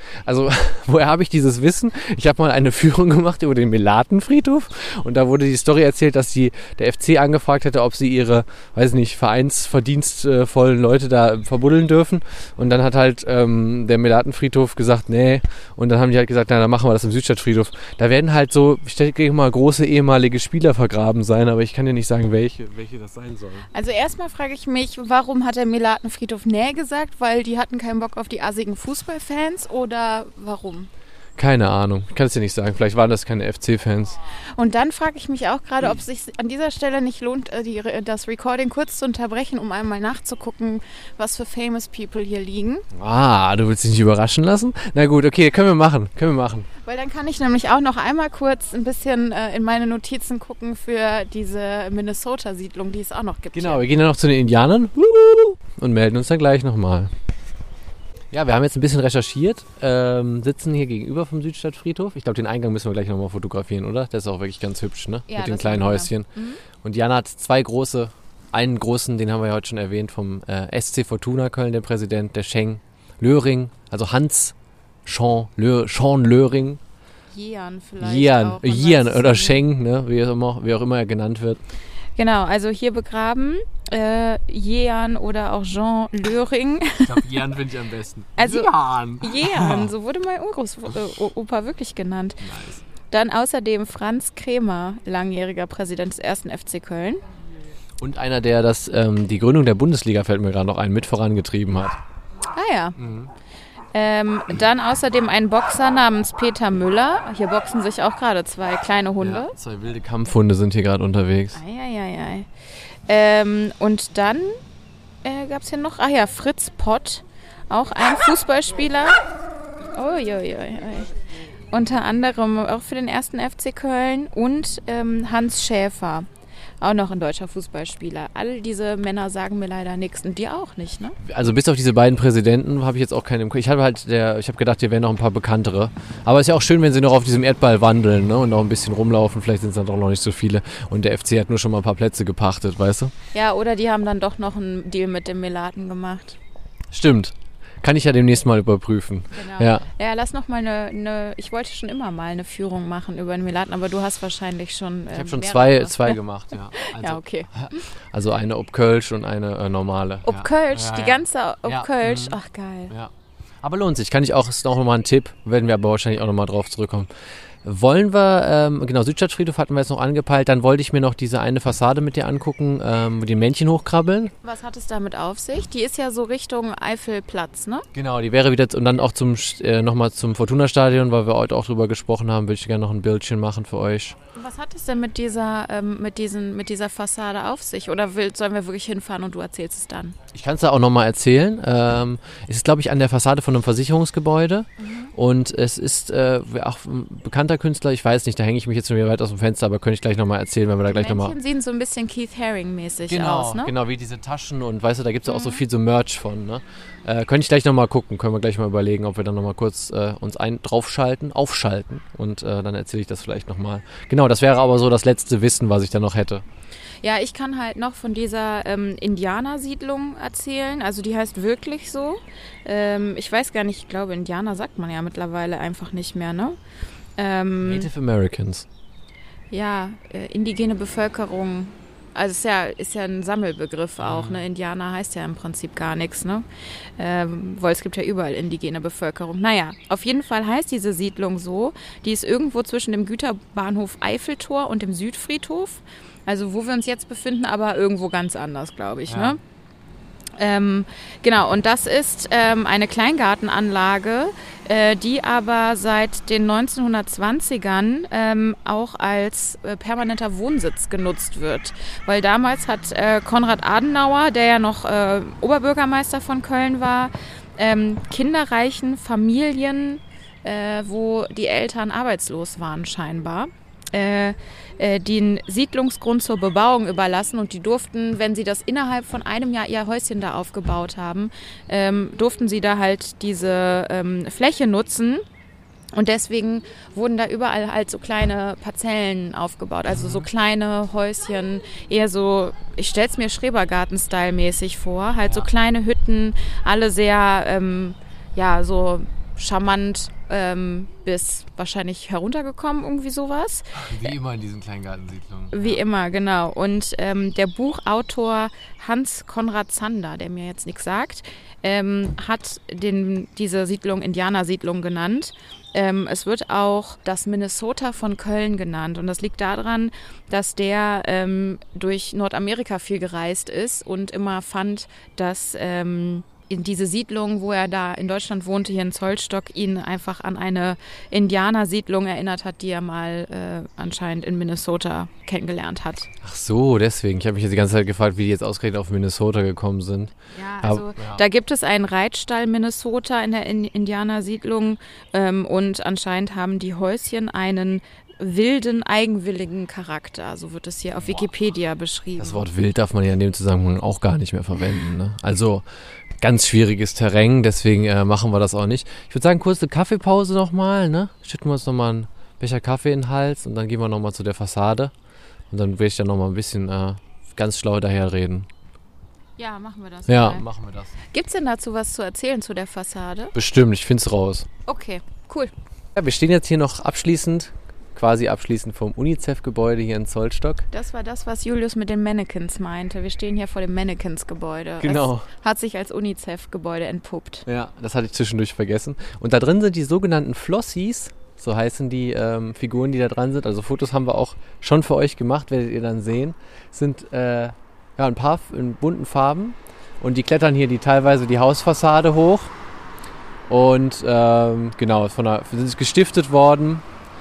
Also, woher habe ich dieses Wissen? Ich habe mal eine Führung gemacht über den Melatenfriedhof und da wurde die Story erzählt, dass der FC angefragt hätte, ob sie ihre, weiß nicht, vereinsverdienstvollen Leute da verbuddeln dürfen. Und dann hat halt der Melatenfriedhof gesagt, nee. Und dann haben die halt gesagt, na, dann machen wir das im Südstadtfriedhof. Da werden halt so, ich denke mal, große ehemalige Spieler vergraben sein, aber ich kann dir nicht sagen, welche das sein sollen. Also erstmal frage ich mich, warum hat der Melatenfriedhof nee gesagt? Weil die hatten keinen Bock auf die assigen Fußballfans oder warum? Keine Ahnung, ich kann es dir nicht sagen. Vielleicht waren das keine FC-Fans. Und dann frage ich mich auch gerade, ob es sich an dieser Stelle nicht lohnt, das Recording kurz zu unterbrechen, um einmal nachzugucken, was für famous people hier liegen. Du willst dich nicht überraschen lassen? Na gut, okay, können wir machen. Weil dann kann ich nämlich auch noch einmal kurz ein bisschen in meine Notizen gucken für diese Minnesota-Siedlung, die es auch noch gibt. Genau, wir gehen dann noch zu den Indianern und melden uns dann gleich nochmal. Ja, wir haben jetzt ein bisschen recherchiert, sitzen hier gegenüber vom Südstadtfriedhof. Ich glaube, den Eingang müssen wir gleich nochmal fotografieren, oder? Der ist auch wirklich ganz hübsch, ne? Ja, mit den kleinen Häuschen. Und Jana hat einen großen, den haben wir ja heute schon erwähnt, vom SC Fortuna Köln, der Präsident, der Scheng Löhring, also Hans Jean Löhring. Jean vielleicht Jean oder Scheng, ne? wie auch immer er genannt wird. Genau, also hier begraben Jean oder auch Jean Löhring. Ich glaube, Jean finde ich am besten. Also Jean, so wurde mein Urgroßopa wirklich genannt. Nice. Dann außerdem Franz Kremer, langjähriger Präsident des 1. FC Köln. Und einer, der die Gründung der Bundesliga, fällt mir gerade noch ein, mit vorangetrieben hat. Ah ja. Dann außerdem ein Boxer namens Peter Müller. Hier boxen sich auch gerade 2 kleine Hunde. Ja, 2 wilde Kampfhunde sind hier gerade unterwegs. Eieiei. Und dann gab es hier noch, Fritz Pott, auch ein Fußballspieler. Unter anderem auch für den 1. FC Köln und Hans Schäfer. Auch noch ein deutscher Fußballspieler. All diese Männer sagen mir leider nichts. Und dir auch nicht, ne? Also bis auf diese beiden Präsidenten habe ich jetzt auch keinen im Kopf. Ich habe gedacht, hier wären noch ein paar bekanntere. Aber es ist ja auch schön, wenn sie noch auf diesem Erdball wandeln, ne? Und noch ein bisschen rumlaufen. Vielleicht sind es dann doch noch nicht so viele. Und der FC hat nur schon mal ein paar Plätze gepachtet, weißt du? Ja, oder die haben dann doch noch einen Deal mit dem Melaten gemacht. Stimmt. Kann ich ja demnächst mal überprüfen. Genau. Ja, lass noch mal ich wollte schon immer mal eine Führung machen über den Melaten, aber du hast wahrscheinlich schon ich habe schon zwei gemacht, ja. Also, ja, okay. Also eine Obkölsch und eine normale. Obkölsch, ja. Die ganze Obkölsch, ach geil. Ja. Aber lohnt sich, ist noch mal ein Tipp, werden wir aber wahrscheinlich auch noch mal drauf zurückkommen. Wollen wir, Südstadtfriedhof hatten wir jetzt noch angepeilt, dann wollte ich mir noch diese eine Fassade mit dir angucken, wo die Männchen hochkrabbeln. Was hat es damit auf sich? Die ist ja so Richtung Eifelplatz, ne? Genau, die wäre wieder, und dann auch nochmal zum Fortuna-Stadion, weil wir heute auch drüber gesprochen haben, würde ich gerne noch ein Bildchen machen für euch. Was hat es denn mit dieser Fassade auf sich? Oder sollen wir wirklich hinfahren und du erzählst es dann? Ich kann es da auch nochmal erzählen. Es ist, glaube ich, an der Fassade von einem Versicherungsgebäude. Und es ist auch ein bekannter Künstler, ich weiß nicht, da hänge ich mich jetzt schon wieder weit aus dem Fenster, aber könnte ich gleich nochmal erzählen, wenn wir da gleich nochmal... Die Männchen sehen so ein bisschen Keith Haring-mäßig aus, ne? Genau, wie diese Taschen und weißt du, da gibt es ja auch so viel so Merch von, ne? Könnte ich gleich nochmal gucken, können wir gleich mal überlegen, ob wir dann nochmal kurz uns aufschalten und dann erzähle ich das vielleicht nochmal. Genau, das wäre aber so das letzte Wissen, was ich dann noch hätte. Ja, ich kann halt noch von dieser Indianersiedlung erzählen. Also die heißt wirklich so. Ich weiß gar nicht, ich glaube, Indianer sagt man ja mittlerweile einfach nicht mehr, ne? Native Americans. Ja, indigene Bevölkerung. Also ist ja ein Sammelbegriff auch, ne? Indianer heißt ja im Prinzip gar nichts, ne? Weil es gibt ja überall indigene Bevölkerung. Naja, auf jeden Fall heißt diese Siedlung so. Die ist irgendwo zwischen dem Güterbahnhof Eiffeltor und dem Südfriedhof. Also wo wir uns jetzt befinden, aber irgendwo ganz anders, glaube ich, ne? Genau, und das ist eine Kleingartenanlage, die aber seit den 1920ern auch als permanenter Wohnsitz genutzt wird. Weil damals hat Konrad Adenauer, der ja noch Oberbürgermeister von Köln war, kinderreichen Familien, wo die Eltern arbeitslos waren scheinbar, den Siedlungsgrund zur Bebauung überlassen und die durften, wenn sie das innerhalb von einem Jahr ihr Häuschen da aufgebaut haben, durften sie da halt diese Fläche nutzen und deswegen wurden da überall halt so kleine Parzellen aufgebaut, also so kleine Häuschen, eher so, ich stell's mir Schrebergarten-Style mäßig vor, halt so kleine Hütten, alle sehr, so charmant bis wahrscheinlich heruntergekommen, irgendwie sowas. Wie immer in diesen Kleingartensiedlungen. Wie immer, genau. Und der Buchautor Hans Conrad Zander, der mir jetzt nichts sagt, hat diese Siedlung Indianersiedlung genannt. Es wird auch das Minnesota von Köln genannt. Und das liegt daran, dass der durch Nordamerika viel gereist ist und immer fand, dass in diese Siedlung, wo er da in Deutschland wohnte, hier in Zollstock, ihn einfach an eine Indianersiedlung erinnert hat, die er mal anscheinend in Minnesota kennengelernt hat. Ach so, deswegen. Ich habe mich jetzt die ganze Zeit gefragt, wie die jetzt ausgerechnet auf Minnesota gekommen sind. Ja, also da gibt es einen Reitstall Minnesota in der Indianersiedlung und anscheinend haben die Häuschen einen wilden, eigenwilligen Charakter. So wird es hier auf Wikipedia beschrieben. Das Wort wild darf man ja in dem Zusammenhang auch gar nicht mehr verwenden. Ne? Also ganz schwieriges Terrain, deswegen machen wir das auch nicht. Ich würde sagen, kurze Kaffeepause nochmal. Ne? Schütten wir uns nochmal einen Becher Kaffee in den Hals und dann gehen wir nochmal zu der Fassade. Und dann werde ich dann nochmal ein bisschen ganz schlau daherreden. Ja, machen wir das. Ja, machen wir das. Gibt es denn dazu was zu erzählen zu der Fassade? Bestimmt, ich finde es raus. Okay, cool. Ja, wir stehen jetzt hier noch quasi abschließend vom UNICEF-Gebäude hier in Zollstock. Das war das, was Julius mit den Mannequins meinte. Wir stehen hier vor dem Mannequins-Gebäude. Genau. Es hat sich als UNICEF-Gebäude entpuppt. Ja, das hatte ich zwischendurch vergessen. Und da drin sind die sogenannten Flossies, so heißen die Figuren, die da dran sind. Also Fotos haben wir auch schon für euch gemacht, werdet ihr dann sehen. Sind ein paar in bunten Farben und die klettern hier teilweise die Hausfassade hoch. Und genau, sind gestiftet worden.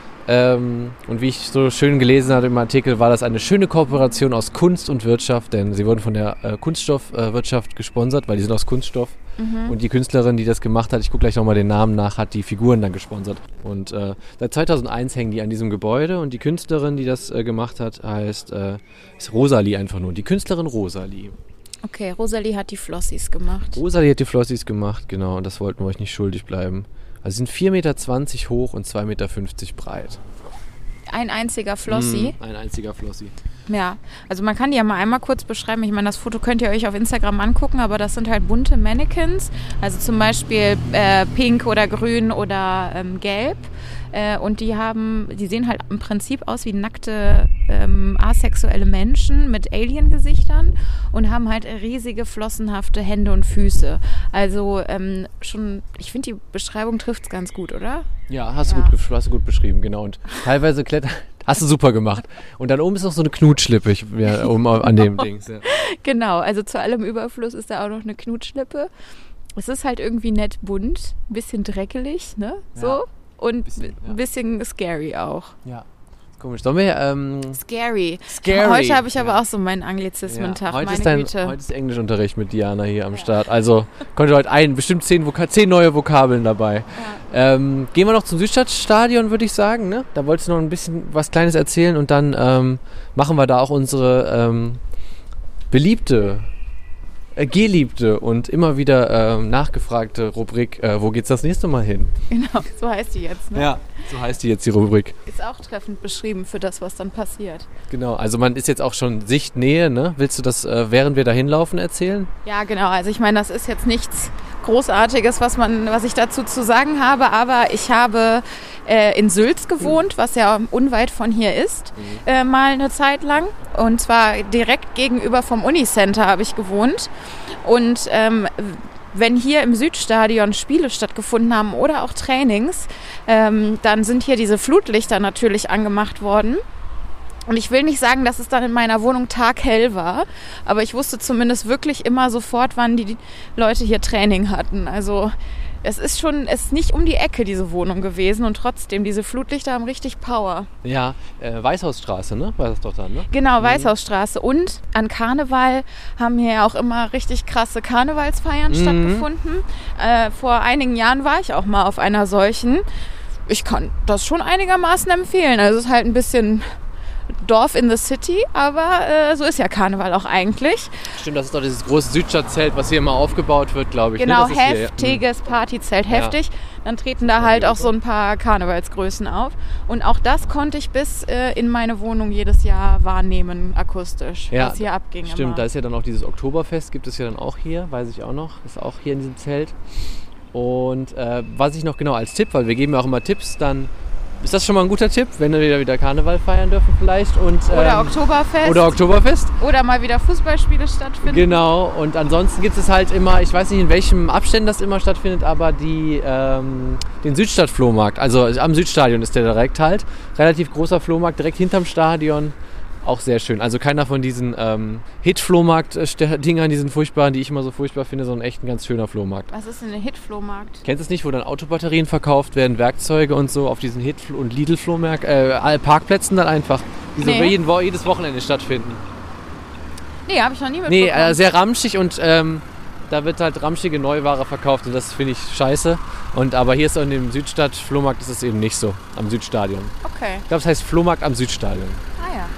Und wie ich so schön gelesen hatte im Artikel, war das eine schöne Kooperation aus Kunst und Wirtschaft, denn sie wurden von der Kunststoffwirtschaft gesponsert, weil die sind aus Kunststoff. Und die Künstlerin, die das gemacht hat, ich gucke gleich nochmal den Namen nach, hat die Figuren dann gesponsert. Und seit 2001 hängen die an diesem Gebäude und die Künstlerin, die das gemacht hat, ist Rosalie einfach nur. Die Künstlerin Rosalie. Okay, Rosalie hat die Flossies gemacht. Rosalie hat die Flossies gemacht, genau, und das wollten wir euch nicht schuldig bleiben. Also sind 4,20 Meter hoch und 2,50 Meter breit. Ein einziger Flossie? Ein einziger Flossie. Ja, also man kann die ja mal einmal kurz beschreiben. Ich meine, das Foto könnt ihr euch auf Instagram angucken, aber das sind halt bunte Mannequins. Also zum Beispiel pink oder grün oder gelb. Und die sehen halt im Prinzip aus wie nackte asexuelle Menschen mit Alien-Gesichtern und haben halt riesige flossenhafte Hände und Füße. Also ich finde, die Beschreibung trifft es ganz gut, oder? Ja, hast du gut beschrieben, genau. Und teilweise hast du super gemacht. Und dann oben ist noch so eine Knutschlippe oben an dem Ding. Ja. Genau, also zu allem Überfluss ist da auch noch eine Knutschlippe. Es ist halt irgendwie nett bunt, ein bisschen dreckelig, ne? So. Ja. Und ein bisschen scary auch. Ja, komisch. Sollen wir... Scary. Heute habe ich aber auch so meinen Anglizismentag, heute Güte. Heute ist Englischunterricht mit Diana hier am Start. Also konnte heute bestimmt 10 neue Vokabeln dabei. Ja. Gehen wir noch zum Südstadtstadion, würde ich sagen. Ne? Da wolltest du noch ein bisschen was Kleines erzählen und dann machen wir da auch unsere geliebte und immer wieder nachgefragte Rubrik, wo geht's das nächste Mal hin? Genau, so heißt die jetzt, ne? Ja, so heißt die jetzt, die Rubrik. Ist auch treffend beschrieben für das, was dann passiert. Genau, also man ist jetzt auch schon Sichtnähe, ne? Willst du das, während wir da hinlaufen, erzählen? Ja, genau, also ich meine, das ist jetzt nichts Großartiges, was ich dazu zu sagen habe, aber ich habe in Sülz gewohnt, was ja unweit von hier ist, mal eine Zeit lang. Und zwar direkt gegenüber vom Unicenter habe ich gewohnt. Und wenn hier im Südstadion Spiele stattgefunden haben oder auch Trainings, dann sind hier diese Flutlichter natürlich angemacht worden. Und ich will nicht sagen, dass es dann in meiner Wohnung taghell war, aber ich wusste zumindest wirklich immer sofort, wann die Leute hier Training hatten. Also es ist nicht um die Ecke, diese Wohnung gewesen, und trotzdem, diese Flutlichter haben richtig Power. Ja, Weißhausstraße, ne? War das doch dann, ne? Genau, Weißhausstraße. Und an Karneval haben hier ja auch immer richtig krasse Karnevalsfeiern stattgefunden. Vor einigen Jahren war ich auch mal auf einer solchen. Ich kann das schon einigermaßen empfehlen. Also es ist halt ein bisschen Dorf in the City, aber so ist ja Karneval auch eigentlich. Stimmt, das ist doch dieses große Südstadtzelt, was hier immer aufgebaut wird, glaube ich. Genau, ne? heftiges Partyzelt, heftig. Dann treten da halt auch so ein paar Karnevalsgrößen auf. Und auch das konnte ich bis in meine Wohnung jedes Jahr wahrnehmen, akustisch, was hier abging. Stimmt, immer. Da ist ja dann auch dieses Oktoberfest, gibt es ja dann auch hier, weiß ich auch noch, ist auch hier in diesem Zelt. Und was ich noch genau als Tipp, weil wir geben ja auch immer Tipps, dann ist das schon mal ein guter Tipp, wenn wir wieder Karneval feiern dürfen vielleicht. Und, oder Oktoberfest. Oder Oktoberfest. Oder mal wieder Fußballspiele stattfinden. Genau, und ansonsten gibt es halt immer, ich weiß nicht in welchem Abständen das immer stattfindet, aber den Südstadt-Flohmarkt. Also am Südstadion ist der direkt halt. Relativ großer Flohmarkt, direkt hinterm Stadion. Auch sehr schön. Also keiner von diesen Hit-Flohmarkt-Dingern, diesen furchtbaren, die ich immer so furchtbar finde, sondern echt ein ganz schöner Flohmarkt. Was ist denn ein Hit-Flohmarkt? Kennst du es nicht, wo dann Autobatterien verkauft werden, Werkzeuge und so auf diesen Hit- und Lidl-Flohmarkt, Parkplätzen dann einfach, die so jedes Wochenende stattfinden? Nee, habe ich noch nie mitbekommen. Nee, sehr ramschig und da wird halt ramschige Neuware verkauft und das finde ich scheiße. Aber hier ist in dem Südstadt-Flohmarkt ist es eben nicht so, am Südstadion. Okay. Ich glaube, es heißt Flohmarkt am Südstadion. Ah ja.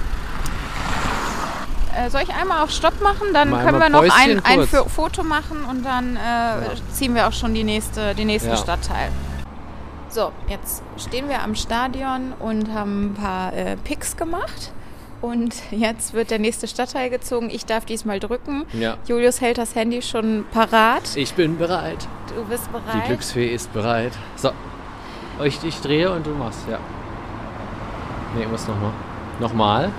Soll ich einmal auf Stopp machen? Dann können wir noch ein Foto machen und dann ziehen wir auch schon den nächsten Stadtteil. So, jetzt stehen wir am Stadion und haben ein paar Pics gemacht. Und jetzt wird der nächste Stadtteil gezogen. Ich darf diesmal drücken. Ja. Julius hält das Handy schon parat. Ich bin bereit. Du bist bereit. Die Glücksfee ist bereit. So, ich drehe und du machst, ja. Nee, ich muss nochmal. Nochmal.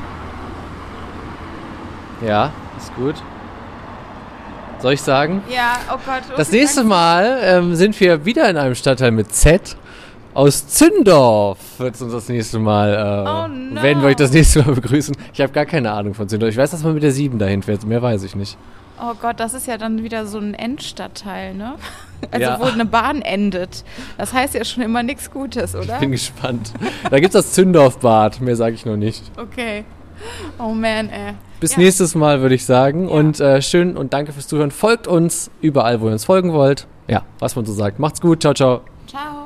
Ja, ist gut. Soll ich sagen? Ja, oh Gott. Das nächste Mal sind wir wieder in einem Stadtteil mit Z. Aus Zündorf wird uns das nächste Mal, werden wir euch das nächste Mal begrüßen. Ich habe gar keine Ahnung von Zündorf. Ich weiß, dass man mit der 7 dahin fährt. Mehr weiß ich nicht. Oh Gott, das ist ja dann wieder so ein Endstadtteil, ne? Also wo eine Bahn endet. Das heißt ja schon immer nichts Gutes, oder? Ich bin gespannt. Da gibt es das Zündorfbad. Mehr sage ich noch nicht. Okay. Oh man, ey. Bis nächstes Mal, würde ich sagen. Ja. Und schön und danke fürs Zuhören. Folgt uns überall, wo ihr uns folgen wollt. Ja, was man so sagt. Macht's gut. Ciao, ciao. Ciao.